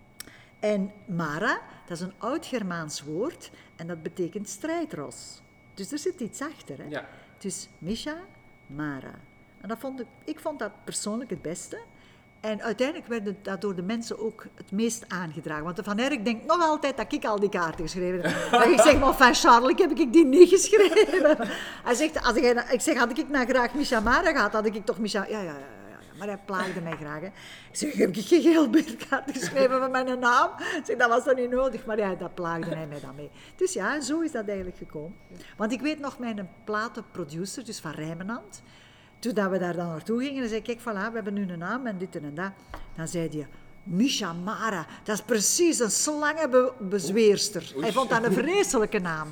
En Mara, dat is een oud-Germaans woord en dat betekent strijdros. Dus er zit iets achter. Hè? Ja. Dus Misha, Mara. En ik vond dat persoonlijk het beste. En uiteindelijk werd dat door de mensen ook het meest aangedragen. Want de Van Herk denkt nog altijd dat ik al die kaarten geschreven heb. En ik zeg, maar van Charles heb ik die niet geschreven. Hij zegt, had ik nou graag Misha Mara gehad, had ik toch Misha... Ja. Maar hij plaagde mij graag. Hè. Ik zeg, heb ik geen geel briefkaart geschreven met mijn naam? Ik zeg, dat was dan niet nodig. Maar ja, dat plaagde hij mij dan mee. Dus ja, zo is dat eigenlijk gekomen. Want ik weet nog, mijn platenproducer, dus van Rijmenand, toen we daar dan naartoe gingen, dan zei ik, kijk, voilà, we hebben nu een naam en dit en dat. Dan zei hij, Misha Mara, dat is precies een slangenbezweerster. Hij vond dat een vreselijke naam.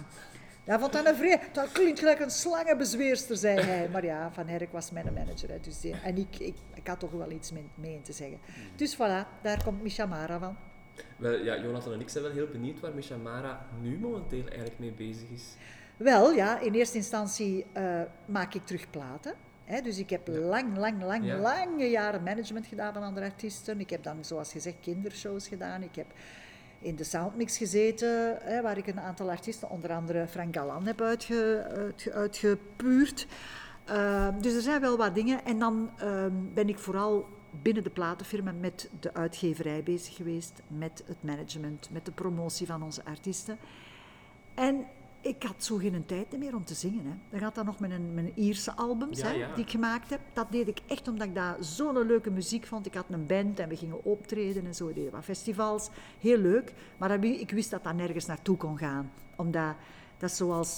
Dat klinkt gelijk een slangenbezweerster, zei hij. Maar ja, Van Herk was mijn manager. Hè, dus en ik had toch wel iets mee in te zeggen. Dus voilà, daar komt Misha Mara van. Wel, ja, Jonathan en ik zijn wel heel benieuwd waar Misha Mara nu momenteel eigenlijk mee bezig is. Wel, ja, in eerste instantie maak ik terug platen. Hè, dus ik heb lange jaren management gedaan van andere artiesten. Ik heb dan, zoals gezegd, kindershows gedaan. Ik heb in de Soundmix gezeten, waar ik een aantal artiesten, onder andere Frank Galan, heb uitgepuurd. Dus er zijn wel wat dingen. En dan ben ik vooral binnen de platenfirma met de uitgeverij bezig geweest, met het management, met de promotie van onze artiesten. En ik had zo geen tijd meer om te zingen. Hè. Dan gaat dat nog met mijn Ierse albums die ik gemaakt heb. Dat deed ik echt omdat ik dat zo'n leuke muziek vond. Ik had een band en we gingen optreden en zo. We deden wat festivals. Heel leuk. Maar ik wist dat dat nergens naartoe kon gaan. Omdat dat is zoals...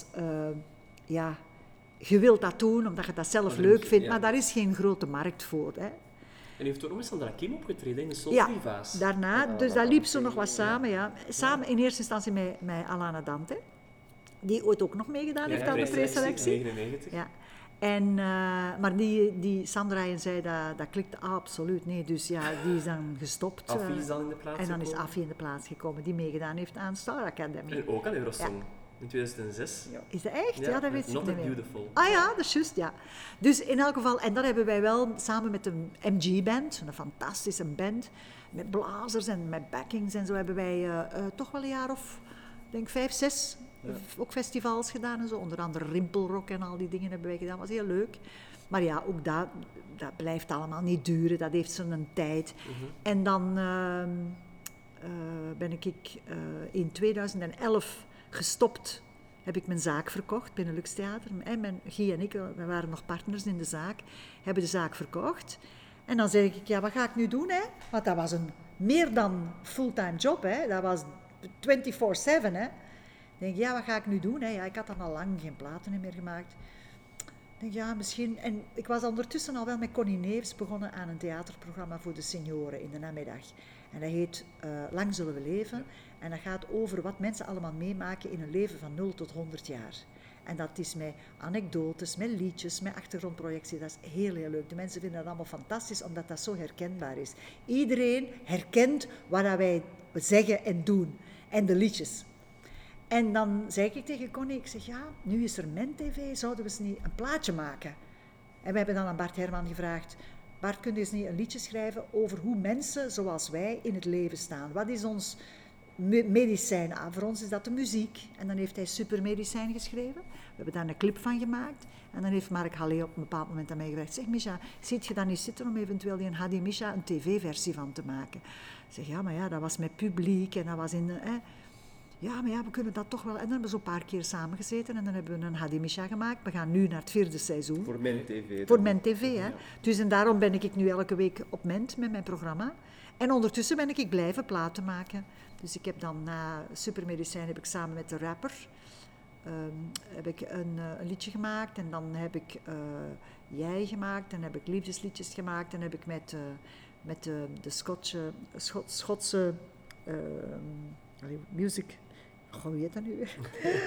je wilt dat doen omdat je dat zelf leuk vindt. Maar daar is geen grote markt voor. Hè. En u heeft ook nog met Sandra Kim opgetreden in de Souldiva's. Ja, daarna. Dus dat liep zo nog wat samen. Ja. Samen in eerste instantie met Alana Dante. Die ooit ook nog meegedaan heeft aan de preselectie. 99. Ja. Maar die Sandra en zij, dat klikte absoluut niet. Dus ja, die is dan gestopt. Affie is dan in de plaats En dan is gekomen. Affie in de plaats gekomen, die meegedaan heeft aan Star Academy. En ook aan Eurosong. In 2006. Ja. Is dat echt? Ja, dat weet ik Not niet That meer. Beautiful. Ah ja, dat is juist, ja. Dus in elk geval, en dat hebben wij wel samen met de MG-band, een fantastische band, met blazers en met backings en zo, hebben wij toch wel een jaar of, denk 5, 6, ook festivals gedaan en zo. Onder andere Rimpelrock en al die dingen hebben wij gedaan. Dat was heel leuk. Maar ja, ook dat blijft allemaal niet duren. Dat heeft zo'n tijd. Mhm. En dan ben ik in 2011 gestopt. Heb ik mijn zaak verkocht, Benelux Theater. Guy en ik, we waren nog partners in de zaak, hebben de zaak verkocht. En dan zeg ik, ja, wat ga ik nu doen? Hè? Want dat was een meer dan fulltime job. Hè? Dat was 24/7. Hè? Ik denk, ja, wat ga ik nu doen? Hè? Ja, ik had dan al lang geen platen meer gemaakt. Ik denk, ja, misschien... En ik was ondertussen al wel met Connie Neefs begonnen aan een theaterprogramma voor de senioren in de namiddag. En dat heet Lang zullen we leven. En dat gaat over wat mensen allemaal meemaken in een leven van 0 tot 100 jaar. En dat is met anekdotes, met liedjes, met achtergrondprojectie. Dat is heel, heel leuk. De mensen vinden dat allemaal fantastisch, omdat dat zo herkenbaar is. Iedereen herkent wat wij zeggen en doen. En de liedjes. En dan zei ik tegen Connie, ik zeg, ja, nu is er MenTV, zouden we eens niet een plaatje maken? En we hebben dan aan Bart Herman gevraagd, Bart, kun je eens niet een liedje schrijven over hoe mensen zoals wij in het leven staan? Wat is ons medicijn? Voor ons is dat de muziek. En dan heeft hij Supermedicijn geschreven. We hebben daar een clip van gemaakt. En dan heeft Mark Hallé op een bepaald moment aan mij gevraagd, zeg Misha, ziet je dan niet zitten om eventueel die Hadi Misha een tv-versie van te maken? Ik zeg, ja, maar ja, dat was met publiek en dat was in... Ja, maar ja, we kunnen dat toch wel... En dan hebben we zo een paar keer samengezeten en dan hebben we een Hadi Misha gemaakt. We gaan nu naar het 4e seizoen. Voor MenTV. Voor MenTV, hè. Ja. Dus en daarom ben ik nu elke week op Ment met mijn programma. En ondertussen ben ik blijven platen maken. Dus ik heb dan na Supermedicijn heb ik samen met de rapper heb ik een liedje gemaakt. En dan heb ik Jij gemaakt. En heb ik liefdesliedjes gemaakt. En heb ik met de Schotse music... Goh, wie heet dat nu weer?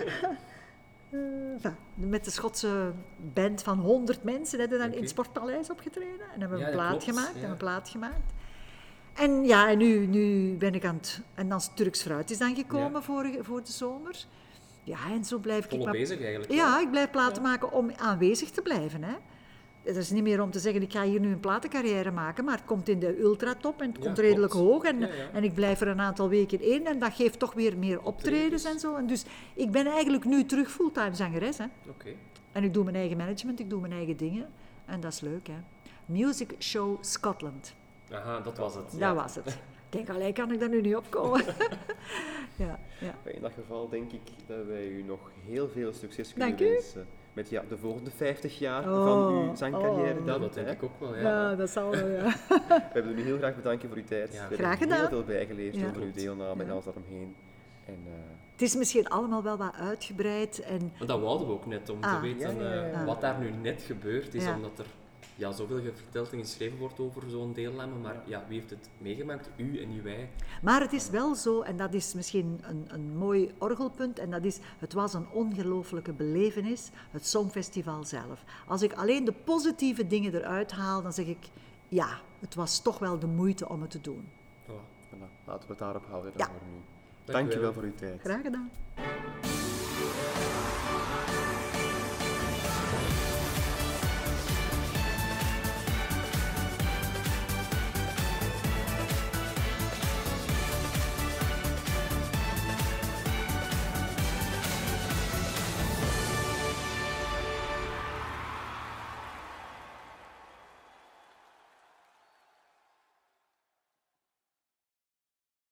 Met de Schotse band van 100 mensen hebben we dan in het Sportpaleis opgetreden. En hebben we een plaat gemaakt. En ja, en nu ben ik aan het... En dan Turks Fruit is dan gekomen voor de zomer. Ja, en zo blijf ik... Volop bezig eigenlijk. Ja, ik blijf platen maken om aanwezig te blijven, hè. Het is niet meer om te zeggen, ik ga hier nu een platencarrière maken, maar het komt in de ultratop en het komt redelijk hoog. En ik blijf er een aantal weken in en dat geeft toch weer meer optredens en zo. En dus ik ben eigenlijk nu terug fulltime zangeres. Hè. Okay. En ik doe mijn eigen management, ik doe mijn eigen dingen. En dat is leuk, hè. Music Show Scotland. Aha, dat was het. Dat was het. Ik denk, allee, kan ik daar nu niet opkomen? ja. In dat geval denk ik dat wij u nog heel veel succes kunnen wensen. Met de volgende 50 jaar van uw zangcarrière. Dat denk ik ook wel, ja. Ja, dat zal wel, ja. We hebben u heel graag bedanken voor uw tijd. Ja. We Graag hebben gedaan. heel veel bijgeleerd over uw deelname en alles daaromheen. En, het is misschien allemaal wel wat uitgebreid. Maar dat wouden we ook net, om te weten wat daar nu net gebeurd is, omdat er zoveel verteld en geschreven wordt over zo'n deelname, maar wie heeft het meegemaakt? U en niet wij. Maar het is wel zo, en dat is misschien een mooi orgelpunt, en dat is, het was een ongelooflijke belevenis, het Songfestival zelf. Als ik alleen de positieve dingen eruit haal, dan zeg ik, ja, het was toch wel de moeite om het te doen. Voilà. Laten we het daarop houden dan voor nu. Dank je wel voor uw tijd. Graag gedaan.